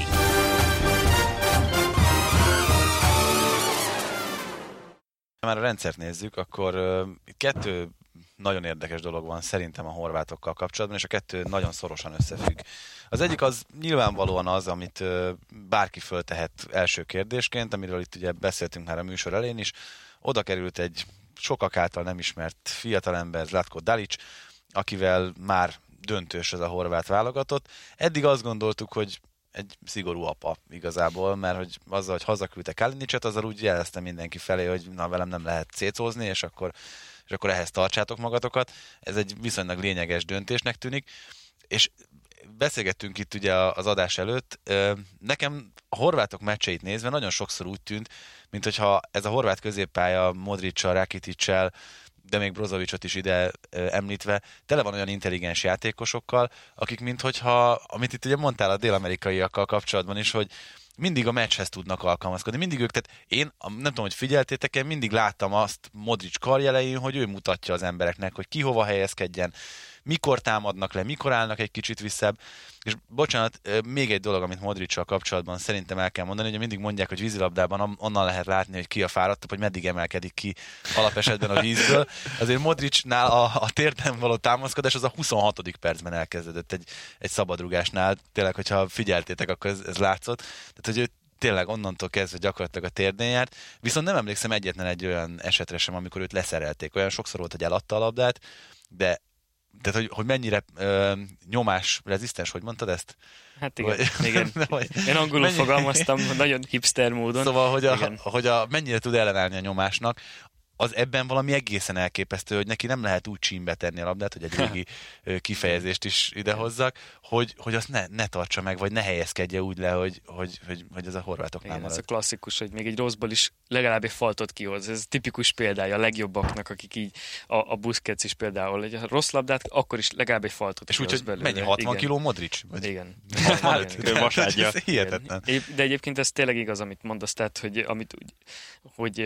Ha már a rendszert nézzük, akkor itt 2 nagyon érdekes dolog van szerintem a horvátokkal kapcsolatban, és a 2 nagyon szorosan összefügg. Az egyik az nyilvánvalóan az, amit bárki föltehet első kérdésként, amiről itt ugye beszéltünk már a műsor elején is. Oda került egy sokak által nem ismert fiatalember, Zlatko Dalic, akivel már döntős ez a horvát válogatott. Eddig azt gondoltuk, hogy egy szigorú apa igazából, mert hogy azzal, hogy hazaküldte Kalinicet, azzal úgy jelezte mindenki felé, hogy na velem nem lehet szétszózni, és akkor ehhez tartsátok magatokat. Ez egy viszonylag lényeges döntésnek tűnik, és beszélgettünk itt ugye az adás előtt. Nekem a horvátok meccseit nézve nagyon sokszor úgy tűnt, mint hogyha ez a horvát középpálya Modric-sal, Rakitic-sel, de még Brozovicot is ide említve, tele van olyan intelligens játékosokkal, akik minthogyha, amit itt ugye mondtál a dél-amerikaiakkal kapcsolatban is, hogy mindig a meccshez tudnak alkalmazkodni. Mindig ők, tehát én nem tudom, hogy figyeltétek-e, mindig láttam azt Modric karjelején, hogy ő mutatja az embereknek, hogy ki hova helyezkedjen, mikor támadnak le, mikor állnak egy kicsit visszább. És bocsánat, még egy dolog, amit Modric-sal kapcsolatban szerintem el kell mondani, hogy mindig mondják, hogy vízilabdában onnan lehet látni, hogy ki a fáradtabb, hogy meddig emelkedik ki alapesetben a vízből. Azért Modricnál a térden való támaszkodás az a 26. percben elkezdődött egy szabadrugásnál. Tényleg, hogyha figyeltétek, akkor ez látszott. Tehát, hogy ő tényleg onnantól kezdve gyakorlatilag a térdén járt. Viszont nem emlékszem egyetlen egy olyan esetre sem, amikor őt leszerelték. Olyan sokszor volt, hogy eladta a labdát, de tehát, hogy mennyire nyomás rezisztens, hogy mondtad ezt? Hát igen. Én angolul fogalmaztam, nagyon hipster módon. Szóval, hogy mennyire tud ellenállni a nyomásnak, az ebben valami egészen elképesztő, hogy neki nem lehet úgy csímbe tenni a labdát, hogy egy régi kifejezést is idehozzak, hogy azt ne tartsa meg, vagy ne helyezkedje úgy le, hogy ez a horvátoknál marad. Ez a klasszikus, hogy még egy rosszból is legalább egy faltot kihoz. Ez tipikus példája a legjobbaknak, akik így a Busquets is például. Egy rossz labdát, akkor is legalább egy faltot és kihoz úgy, hogy belőle. mennyi, 60 kiló Modric? Igen. Vasárgya. Ez hihetetlen. De egyébként ez tényleg igaz, amit mondasz, tehát, hogy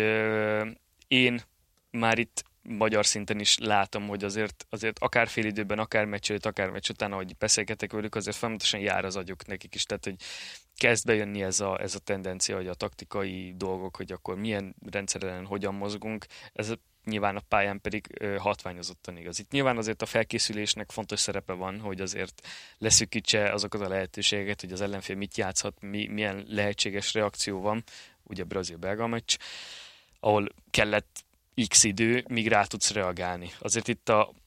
én már itt magyar szinten is látom, hogy azért akár fél időben, akár meccs előtt, akár meccs után, ahogy beszélgetek velük, azért folyamatosan jár az agyuk nekik is, tehát hogy kezd bejönni ez a tendencia, hogy a taktikai dolgok, hogy akkor milyen rendszeren hogyan mozgunk, ez nyilván a pályán pedig hatványozottan igaz. Itt nyilván azért a felkészülésnek fontos szerepe van, hogy azért leszűkítse azokat a lehetőségeket, hogy az ellenfél mit játszhat, milyen lehetséges reakció van, ugye a brazil-belga meccs, ahol kellett X idő, míg rá tudsz reagálni. Azért itt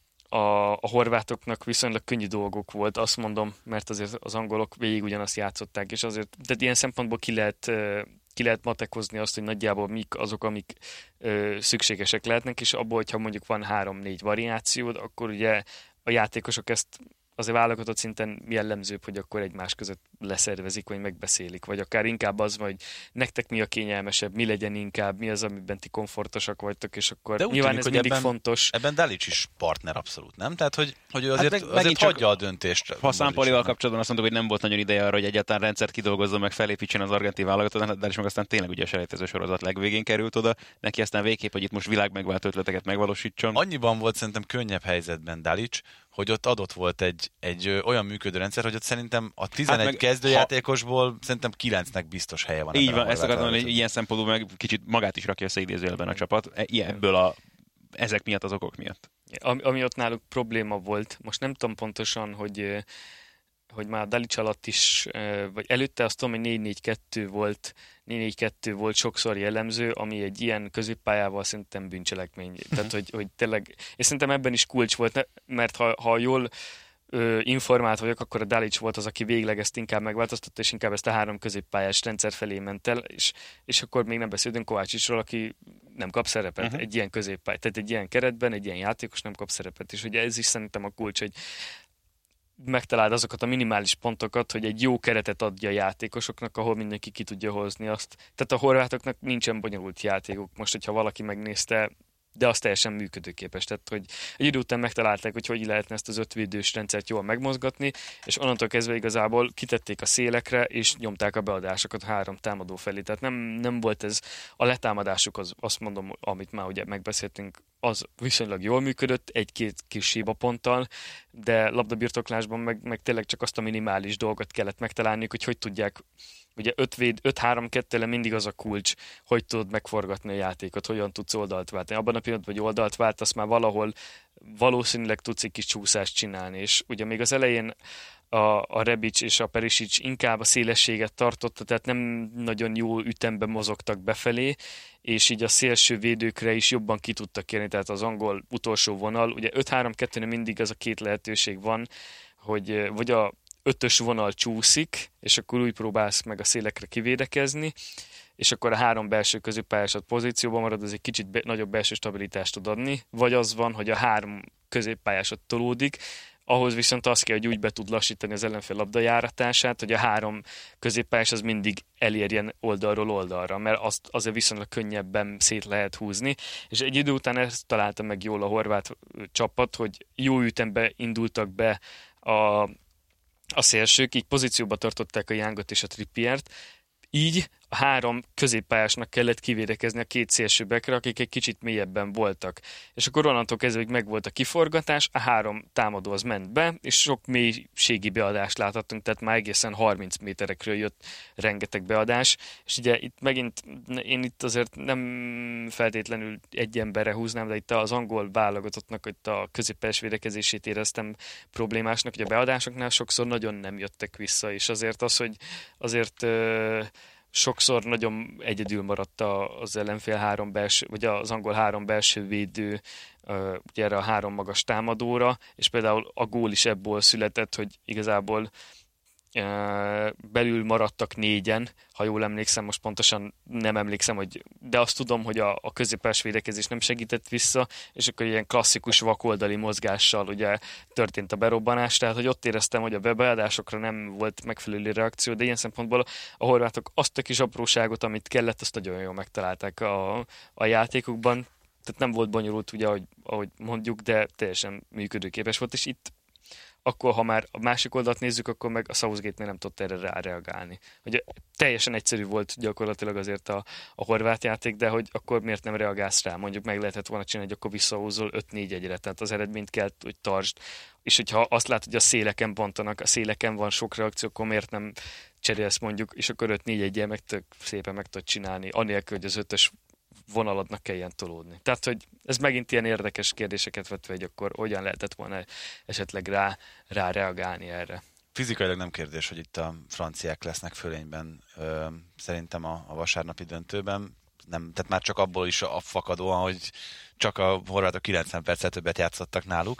a horvátoknak viszonylag könnyű dolgok volt, azt mondom, mert azért az angolok végig ugyanazt játszották, és azért, de ilyen szempontból ki lehet matekozni azt, hogy nagyjából mik azok, amik szükségesek lehetnek, és abból, hogyha mondjuk van 3-4 variációd, akkor ugye a játékosok ezt azért válogatott szinten jellemzőbb, hogy akkor egymás között leszervezik, vagy megbeszélik, vagy akár inkább az, hogy nektek mi a kényelmesebb, mi legyen inkább, mi az, amiben ti komfortosak vagytok, és akkor de nyilván tűnik, ez mindig ebben, fontos. Ebben Dalic is partner abszolút, nem? Tehát, hogy ő azért hagyja a döntést. Ha Sampaolival kapcsolatban azt mondtuk, hogy nem volt nagyon ideje arra, hogy egyáltalán rendszert kidolgozzon, meg felépítsen az argentin válogatott, de is meg aztán tényleg ugye a selejtező sorozat legvégén került oda, neki aztán végképp, hogy itt most világmegváltó ötleteket megvalósítson. Annyiban volt szerintem könnyebb helyzetben Dalic, hogy ott adott volt egy olyan működő rendszer, hogy ott szerintem a 11 kezdőjátékosból szerintem 9-nek biztos helye van. Így van, ezt akartam mondani, hogy ilyen szempontból meg kicsit magát is rakja összeidézőjelben a csapat, ebből ezek miatt, az okok miatt. Ami ott náluk probléma volt, most nem tudom pontosan, hogy már Dalic alatt is, vagy előtte azt tudom, hogy 4-4-2 volt, 4-4-2 volt sokszor jellemző, ami egy ilyen középpályával szerintem bűncselekmény. Tehát, hogy tényleg, és szerintem ebben is kulcs volt, mert ha jól informált vagyok, akkor a Dalic volt az, aki végleg ezt inkább megváltoztatta, és inkább ezt a 3 középpályás rendszer felé ment el, és akkor még nem beszéltünk Kovácsicról, aki nem kap szerepet egy ilyen középpály, tehát egy ilyen keretben, egy ilyen játékos nem kap szerepet, és ugye ez is szerintem a kulcs, hogy megtaláld azokat a minimális pontokat, hogy egy jó keretet adja a játékosoknak, ahol mindenki ki tudja hozni azt. Tehát a horvátoknak nincsen bonyolult játékuk. Most, hogyha valaki megnézte, de az teljesen működőképes. Tehát, hogy egy idő után megtalálták, hogy lehetne ezt az 5 védős rendszert jól megmozgatni, és onnantól kezdve igazából kitették a szélekre, és nyomták a beadásokat 3 támadó felé. Tehát nem volt ez a letámadásuk, azt mondom, amit már ugye megbeszéltünk, az viszonylag jól működött, 1-2 kis hibaponttal, de labdabirtoklásban meg tényleg csak azt a minimális dolgot kellett megtalálniuk, hogy tudják. Ugye 5-3-2-le mindig az a kulcs, hogy tudod megforgatni a játékot, hogyan tudsz oldalt váltani. Abban a pillanatban, hogy oldalt váltasz, már valahol valószínűleg tudsz egy kis csúszást csinálni, és ugye még az elején a Rebic és a Perisic inkább a szélességet tartotta, tehát nem nagyon jó ütemben mozogtak befelé, és így a szélső védőkre is jobban ki tudtak kérni, tehát az angol utolsó vonal, ugye 5-3-2-nél mindig az a 2 lehetőség van, hogy vagy a 5-ös vonal csúszik, és akkor úgy próbálsz meg a szélekre kivédekezni, és akkor a 3 belső középpályásod pozícióban marad, az egy kicsit nagyobb belső stabilitást tud adni, vagy az van, hogy a 3 középpályásod tolódik, ahhoz viszont az kell, hogy úgy be tud lassítani az ellenfél labdajáratását, hogy a 3 középpályás az mindig elérjen oldalról oldalra, mert azt azért viszonylag könnyebben szét lehet húzni, és egy idő után ezt találta meg jól a horvát csapat, hogy jó ütembe indultak be a szélsők, így pozícióba tartották a Youngot és a Trippiert, Így a 3 középpályásnak kellett kivédekezni a 2 szélsőbekre, akik egy kicsit mélyebben voltak. És akkor onnantól kezdve, hogy megvolt a kiforgatás, a 3 támadó az ment be, és sok mélységi beadást láthattunk, tehát már egészen 30 méterekről jött rengeteg beadás. És ugye itt megint, én itt azért nem feltétlenül egy emberre húznám, de itt az angol válogatottnak itt a középpályás védekezését éreztem problémásnak, hogy a beadásoknál sokszor nagyon nem jöttek vissza, és azért az, hogy azért sokszor nagyon egyedül maradt az ellenfél 3 belső, vagy az angol 3 belső védő ugye erre a 3 magas támadóra, és például a gól is ebből született, hogy igazából belül maradtak 4-en, ha jól emlékszem, most pontosan nem emlékszem, de azt tudom, hogy a középpályás védekezés nem segített vissza, és akkor ilyen klasszikus vakoldali mozgással ugye történt a berobbanás, tehát hogy ott éreztem, hogy a beadásokra nem volt megfelelő reakció, de ilyen szempontból a horvátok azt a kis apróságot, amit kellett, azt nagyon jól megtalálták a játékukban, tehát nem volt bonyolult, ugye, ahogy mondjuk, de teljesen működőképes volt, és itt akkor, ha már a másik oldalt nézzük, akkor meg a Southgate-nél nem tudott erre ráreagálni. Ugye teljesen egyszerű volt gyakorlatilag azért a horvát játék, de hogy akkor miért nem reagálsz rá? Mondjuk meg lehetett volna csinálni, hogy akkor visszahúzol 5-4-1-re, tehát az eredményt kell, hogy tartsd. És hogyha azt látod, hogy a széleken bontanak, a széleken van sok reakció, akkor miért nem cserélsz mondjuk, és akkor 5-4-1-jel meg tök szépen meg tudod csinálni, anélkül, hogy az 5-ös vonaladnak kelljen tolódni. Tehát, hogy ez megint ilyen érdekes kérdéseket vet, hogy akkor hogyan lehetett volna esetleg rá reagálni erre. Fizikailag nem kérdés, hogy itt a franciák lesznek fölényben. Szerintem a vasárnapi döntőben. Nem, tehát már csak abból is fakadóan, hogy csak a horvátok 90 perccel többet játszottak náluk.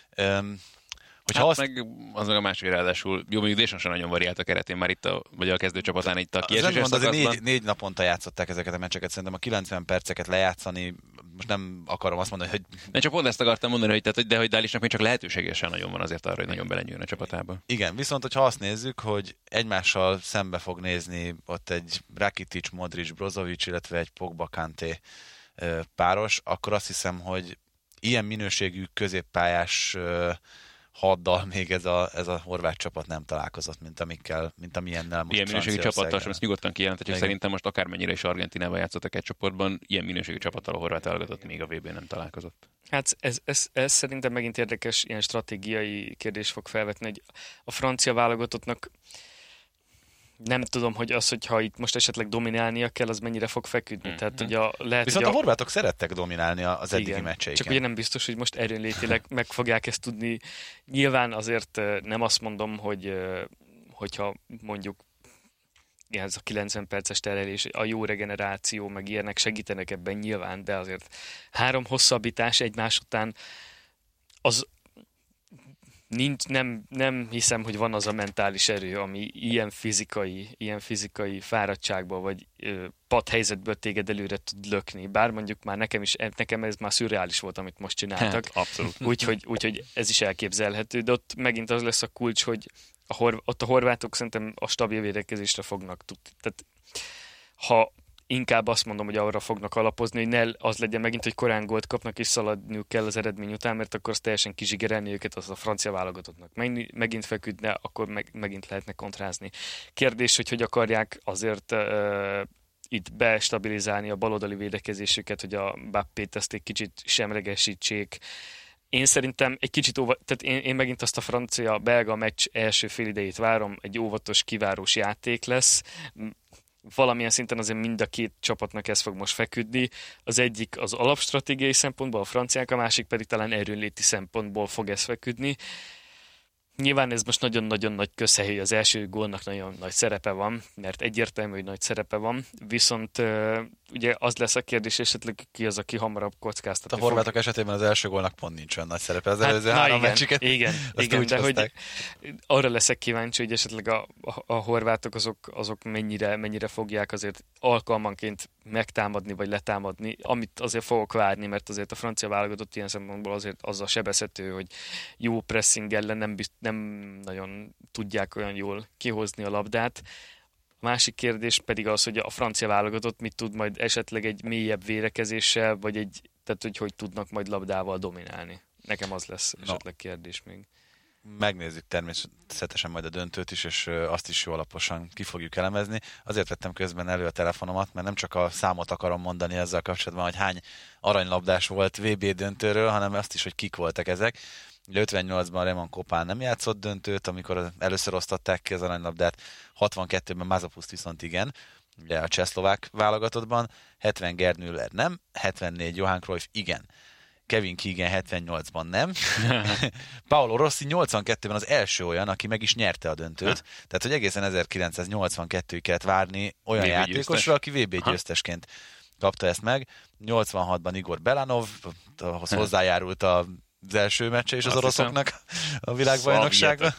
Meg az meg a másik ráadásul, jó, mondjuk Deschamps sem nagyon variált a keretén már itt vagy a kezdőcsapatán itt a kieséses szakaszban. Négy naponta játszották ezeket a meccseket, szerintem a 90 perceket lejátszani, most nem akarom azt mondani, hogy... Nem, csak pont ezt akartam mondani, hogy Dálisnak még csak lehetőségesen nagyon van azért arra, hogy nagyon belenyúljon a csapatába. Igen, viszont hogyha azt nézzük, hogy egymással szembe fog nézni ott egy Rakitic, Modric, Brozovic, illetve egy Pogba, Kanté páros, akkor azt hiszem, hogy ilyen minőségű középpályás haddal még ez a horvát csapat nem találkozott, mint amilyennel most ilyen minőségű csapattal sem, ezt nyugodtan kijelenthetjük, szerintem most akármennyire is Argentinával játszottak egy csoportban, ilyen minőségű csapattal a horvát válogatott még a VB nem találkozott. Hát ez szerintem megint érdekes, ilyen stratégiai kérdés fog felvetni, hogy a francia válogatottnak nem tudom, hogy az, hogyha itt most esetleg dominálnia kell, az mennyire fog feküdni. Tehát, hogy lehet, viszont a horvátok szerettek dominálni az eddigi meccseiken. Csak ugye nem biztos, hogy most erőnlétileg meg fogják ezt tudni. Nyilván azért nem azt mondom, hogyha mondjuk ez a 90 perces terelés, a jó regeneráció, meg ilyenek segítenek ebben nyilván, de azért 3 hosszabbítás egymás után az nem hiszem, hogy van az a mentális erő, ami ilyen fizikai fáradtságból, vagy padhelyzetből téged előre tud lökni. Bár mondjuk már nekem ez már szürreális volt, amit most csináltak. Abszolút. Úgyhogy ez is elképzelhető, de ott megint az lesz a kulcs, hogy ott a horvátok szerintem a stabil védekezésre fognak tudni. Tehát ha inkább azt mondom, hogy arra fognak alapozni, hogy ne az legyen megint, hogy korán gólt kapnak és szaladniuk kell az eredmény után, mert akkor az teljesen kizsigerelni őket, az a francia válogatottnak. Megint feküdne, akkor megint lehetne kontrázni. Kérdés, hogy akarják azért itt bestabilizálni a baloldali védekezésüket, hogy a Mbappét ezt egy kicsit semlegesítsék. Én szerintem egy kicsit tehát én megint azt a francia-belga meccs első félidejét várom, egy óvatos, kivárós játék lesz. Valamilyen szinten azért mind a két csapatnak ez fog most feküdni. Az egyik az alapstratégiai szempontból a franciák, a másik pedig talán erőnléti szempontból fog ez feküdni. Nyilván ez most nagyon-nagyon nagy közhely, az első gólnak nagyon nagy szerepe van, mert egyértelmű, hogy nagy szerepe van, viszont ugye az lesz a kérdés, esetleg ki az, aki hamarabb kockáztat. A horvátok esetében az első gólnak pont nincs olyan nagy szerepe, az előző 3 meccsüket. Igen, de hogy arra leszek kíváncsi, hogy esetleg a horvátok azok mennyire fogják azért alkalmanként megtámadni, vagy letámadni, amit azért fogok várni, mert azért a francia válogatott ilyen szempontból azért azzal sebezhető, hogy jó pressing ellen nem nagyon tudják olyan jól kihozni a labdát. A másik kérdés pedig az, hogy a francia válogatott mit tud majd esetleg egy mélyebb védekezéssel, vagy tehát hogy tudnak majd labdával dominálni. Nekem az lesz esetleg kérdés még. megnézzük természetesen majd a döntőt is, és azt is jó alaposan ki fogjuk elemezni. Azért vettem közben elő a telefonomat, mert nem csak a számot akarom mondani ezzel kapcsolatban, hogy hány aranylabdás volt VB döntőről, hanem azt is, hogy kik voltak ezek. Ugye 58-ban Raymond Koppán nem játszott döntőt, amikor először osztották ki az aranylabdát, 62-ben Mazopust viszont igen, ugye a csehszlovák válogatottban, 70 Gerd Müller nem, 74 Johan Cruyff igen. Kevin Keegan 78-ban nem. Paolo Rossi 82-ben az első olyan, aki meg is nyerte a döntőt. Tehát, hogy egészen 1982-ig kellett várni olyan játékosra, aki VB győztesként kapta ezt meg. 86-ban Igor Belanov, ahhoz hozzájárult az első meccse is az oroszoknak a világbajnokságra.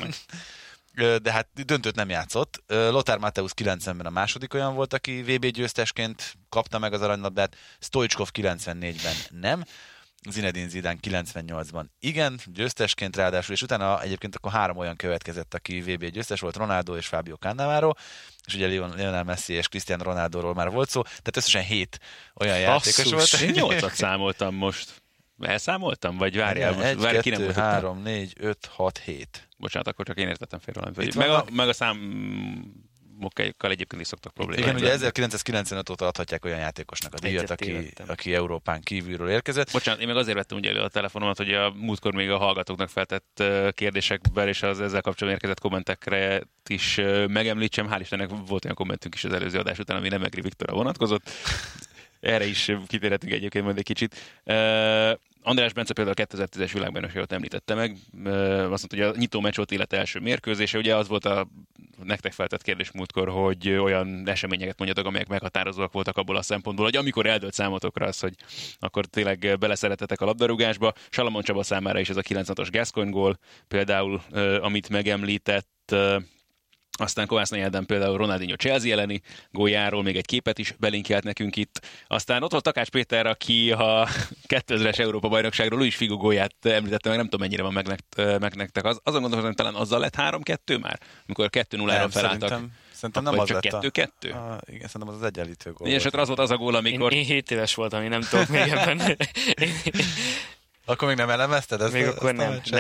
De hát döntőt nem játszott. Lothar Matthäus 90-ben a második olyan volt, aki VB győztesként kapta meg az aranylabdát. Stoichkov 94-ben nem. Zinedine Zidane 98-ban igen, győztesként ráadásul, és utána egyébként akkor 3 olyan következett, aki VB győztes volt, Ronaldo és Fabio Cannavaro, és ugye Lionel Messi és Cristiano Ronaldoról már volt szó, tehát összesen 7 olyan játékos volt. 8-at számoltam most. Elszámoltam? Vagy várjál? 1, 2, 3, 4, 5, 6, 7. Bocsánat, akkor csak én értettem félre valamit. Meg a számokkal egyébként is szoktak problémák. Igen, ugye 1995 óta adhatják olyan játékosnak a díjat, aki Európán kívülről érkezett. Bocsánat, én meg azért vettem ugye elő a telefonomat, hogy a múltkor még a hallgatóknak feltett kérdésekben és az ezzel kapcsolatban érkezett kommentekre is megemlítsem. Hál' Istennek volt olyan kommentünk is az előző adás után, ami nem Egri Viktorra vonatkozott. Erre is kitérhetünk egyébként majd egy kicsit. András Bence például a 2010-es világbajnokságot említette meg. Azt mondta, hogy a nyitó meccs volt élete első mérkőzése. Ugye az volt a nektek feltett kérdés múltkor, hogy olyan eseményeket mondjatok, amelyek meghatározóak voltak abból a szempontból, hogy amikor eldőlt számotokra az, hogy akkor tényleg beleszeretetek a labdarúgásba. Salamon Csaba számára is ez a 96-os Gascoigne gól például, amit megemlített. Aztán Kovásznai Ádám például Ronaldinho Chelsea elleni góljáról még egy képet is belinkelt nekünk itt. Aztán ott volt Takács Péter, aki a 2000-es Európa-bajnokságról Luis Figo gólját említette, meg nem tudom mennyire van meg nektek. Azon gondolom, hogy talán azzal lett 3-2 már? Amikor 2-0-ra felálltak. Szerintem nem az csak lett 2-2? Igen, szerintem az egyenlítő gól. És az volt az a gól, amikor... Én 7 éves voltam, én nem tudok még ebben. Akkor még nem elemezted ezt? Még akkor nem. De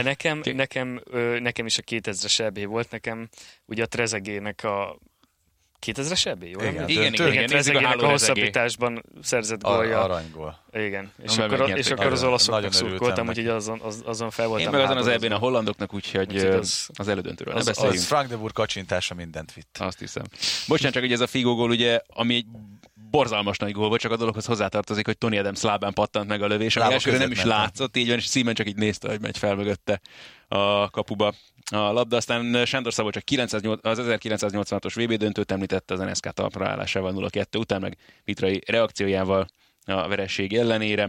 nekem is a 2000-es EB volt, nekem ugye a Trezeguetnek a 2000-es EB, jól? Igen, Trezeguetnek a hosszabbításban szerzett gólja. Arranygól. Igen, és akkor az olaszoknak szurkoltam, úgyhogy azon fel voltam. Én meg azon az EB-n a hollandoknak, úgyhogy az elődöntőről ne beszéljünk. Az Frank de Boer kacsintása mindent vitt. Azt hiszem. Bocsánat, csak hogy ez a Figo gól, ugye, ami egy borzalmas nagy gól volt, csak a dologhoz hozzátartozik, hogy Tony Adams lábán pattant meg a lövés, ami elsőre nem is látszott, így van, és Szímen csak így nézte, hogy megy fel mögötte a kapuba a labda. Aztán Sándor Szabó csak az 1986-os VB döntőt említette az NSK talpra állásával 0-2 után, meg Vitrai reakciójával a vereség ellenére.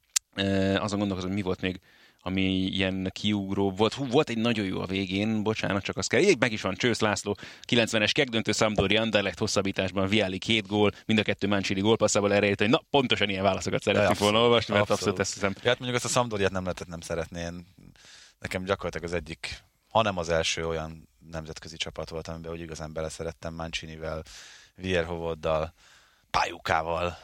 Azon gondolkozom, hogy mi volt még, ami ilyen kiugró volt. Volt egy nagyon jó a végén, bocsánat, csak az kell. Meg is van Csősz László, 90-es kegdöntő Sampdoria Anderlecht hosszabbításban, Viali 2 gól, mind a 2 Mancini gólpasszával erre érte, hogy na, pontosan ilyen válaszokat szeretnék volna olvasni, mert abszolút ezt hiszem. Hát mondjuk azt a Sampdoriát nem lehetett nem szeretni. Nekem gyakorlatilag az egyik, hanem az első olyan nemzetközi csapat volt, amiben úgy igazán beleszerettem Mancinivel, Vierhovoddal, Pályukával,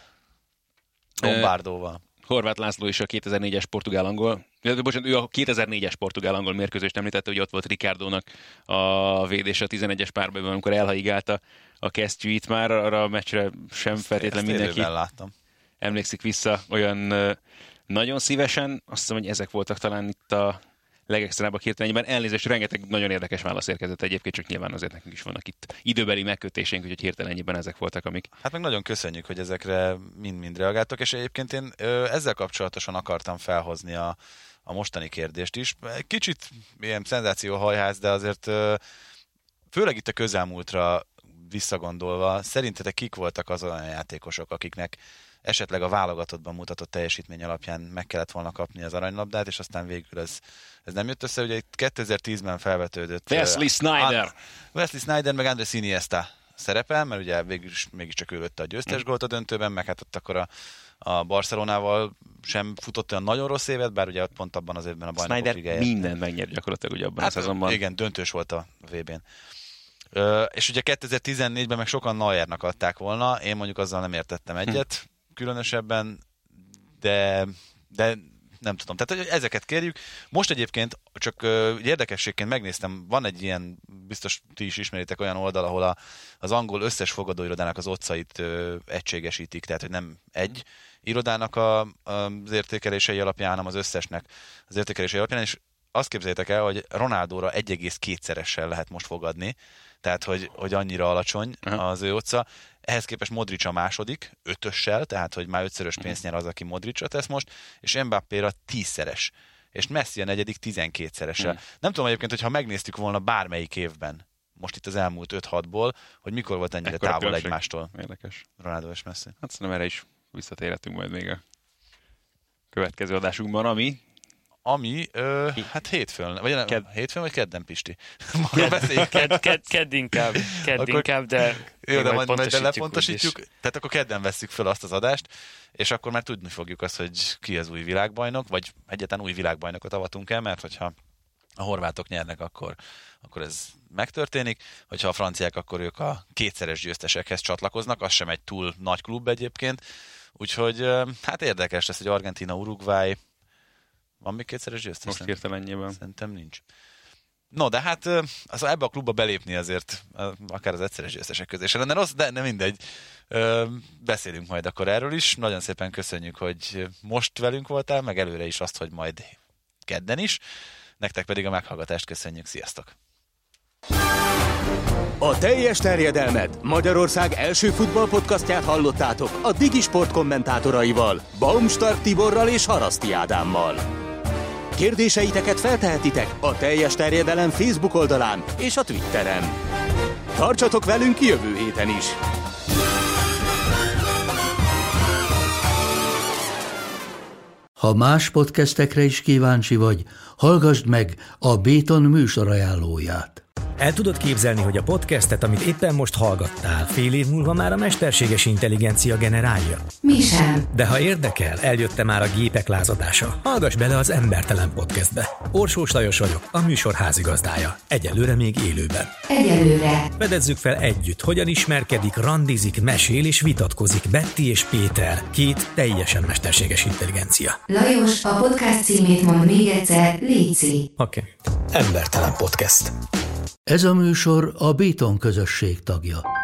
Lombardóval. Horváth László is a 2004-es portugál-angol, bocsánat, ő a 2004-es portugál-angol mérkőzést említette, hogy ott volt Ricardónak a védés a 11-es párbajban, amikor elhaigálta a kesztyűit már, arra a meccsre sem feltétlenül mindenki emlékszik vissza olyan nagyon szívesen. Azt hiszem, hogy ezek voltak talán itt a legextrábbak hirtelenben. Elnézést, rengeteg nagyon érdekes válasz érkezett egyébként, csak nyilván azért nekünk is vannak itt időbeli megkötésénk, úgyhogy hirtelenben ezek voltak, amik... Hát meg nagyon köszönjük, hogy ezekre mind-mind reagáltok, és egyébként én ezzel kapcsolatosan akartam felhozni a mostani kérdést is. Kicsit ilyen szenzációhajház, de azért főleg itt a közelmúltra visszagondolva, szerintetek kik voltak az olyan játékosok, akiknek esetleg a válogatottban mutatott teljesítmény alapján meg kellett volna kapni az aranylabdát, és aztán végül ez nem jött össze. Ugye itt 2010-ben felvetődött Wesley Sneijder meg Andrés Iniesta szerepel, mert ugye mégiscsak ő lőtte a győztes gólt a döntőben, meg hát ott akkor a Barcelonával sem futott olyan nagyon rossz évet, bár ugye ott pont abban az évben a bajnokok ligáját. Mindent megnyert gyakorlatilag ugye abban a szezonban. Igen, döntős volt a VB-n. És ugye 2014-ben meg sokan Neuernak adták volna, én mondjuk azzal nem értettem egyet, különösebben, de nem tudom. Tehát hogy ezeket kérjük. Most egyébként csak érdekességként megnéztem, van egy ilyen, biztos ti is ismeritek olyan oldal, ahol az angol összes fogadóirodának az otcait egységesítik, tehát hogy nem egy irodának az értékelései alapján, hanem az összesnek az értékelései alapján, és azt képzeljétek el, hogy Ronaldóra 1,2-szeressel lehet most fogadni, tehát hogy annyira alacsony az ő otca. Ehhez képest Modric a második, 5-össel, tehát hogy már 5-szörös pénzt nyer az, aki Modricra tesz most, és Mbappéra 10-szeres. És Messi a negyedik 12-szeressel. Nem tudom egyébként, hogyha megnéztük volna bármelyik évben, most itt az elmúlt 5-6-ból, hogy mikor volt ennyire távol egymástól. Érdekes. Ronaldo és Messi. Hát szerintem erre is visszatérhetünk majd még a következő adásunkban, ami hát hétfőn, vagy kedden, Pisti? Kedd inkább, de jó, de majd lepontosítjuk. Tehát akkor kedden vesszük föl azt az adást, és akkor már tudni fogjuk azt, hogy ki az új világbajnok, vagy egyáltalán új világbajnokot avatunk el, mert hogyha a horvátok nyernek, akkor ez megtörténik. Hogyha a franciák, akkor ők a 2-szeres győztesekhez csatlakoznak, az sem egy túl nagy klub egyébként. Úgyhogy hát érdekes lesz, hogy Argentína, Uruguay. Van még 2-szeres győztes? Most hirtelennyében. Szerintem nincs. No, de hát ebbe a klubba belépni azért akár az egyszeres győztesek közé se lenne rossz, de nem mindegy. Beszélünk majd akkor erről is. Nagyon szépen köszönjük, hogy most velünk voltál, meg előre is azt, hogy majd kedden is. Nektek pedig a meghallgatást köszönjük. Sziasztok! A teljes terjedelmet Magyarország első futballpodcastját hallottátok a Digisport kommentátoraival, Baumstark Tiborral és Haraszti Ádámmal. Kérdéseiteket feltehetitek a Teljes Terjedelem Facebook oldalán és a Twitteren. Tartsatok velünk jövő héten is! Ha más podcastekre is kíváncsi vagy, hallgassd meg a Béton műsor ajánlóját. El tudod képzelni, hogy a podcastet, amit éppen most hallgattál, fél év múlva már a mesterséges intelligencia generálja? Mi sem. De ha érdekel, eljött már a gépek lázadása. Hallgass bele az Embertelen podcastbe. Orsós Lajos vagyok, a műsor házigazdája. Egyelőre még élőben. Egyelőre. Fedezzük fel együtt, hogyan ismerkedik, randizik, mesél és vitatkozik Betty és Péter, 2 teljesen mesterséges intelligencia. Lajos, a podcast címét mond még egyszer, léci. Oké. Embertelen podcast. Ez a műsor a Béton közösség tagja.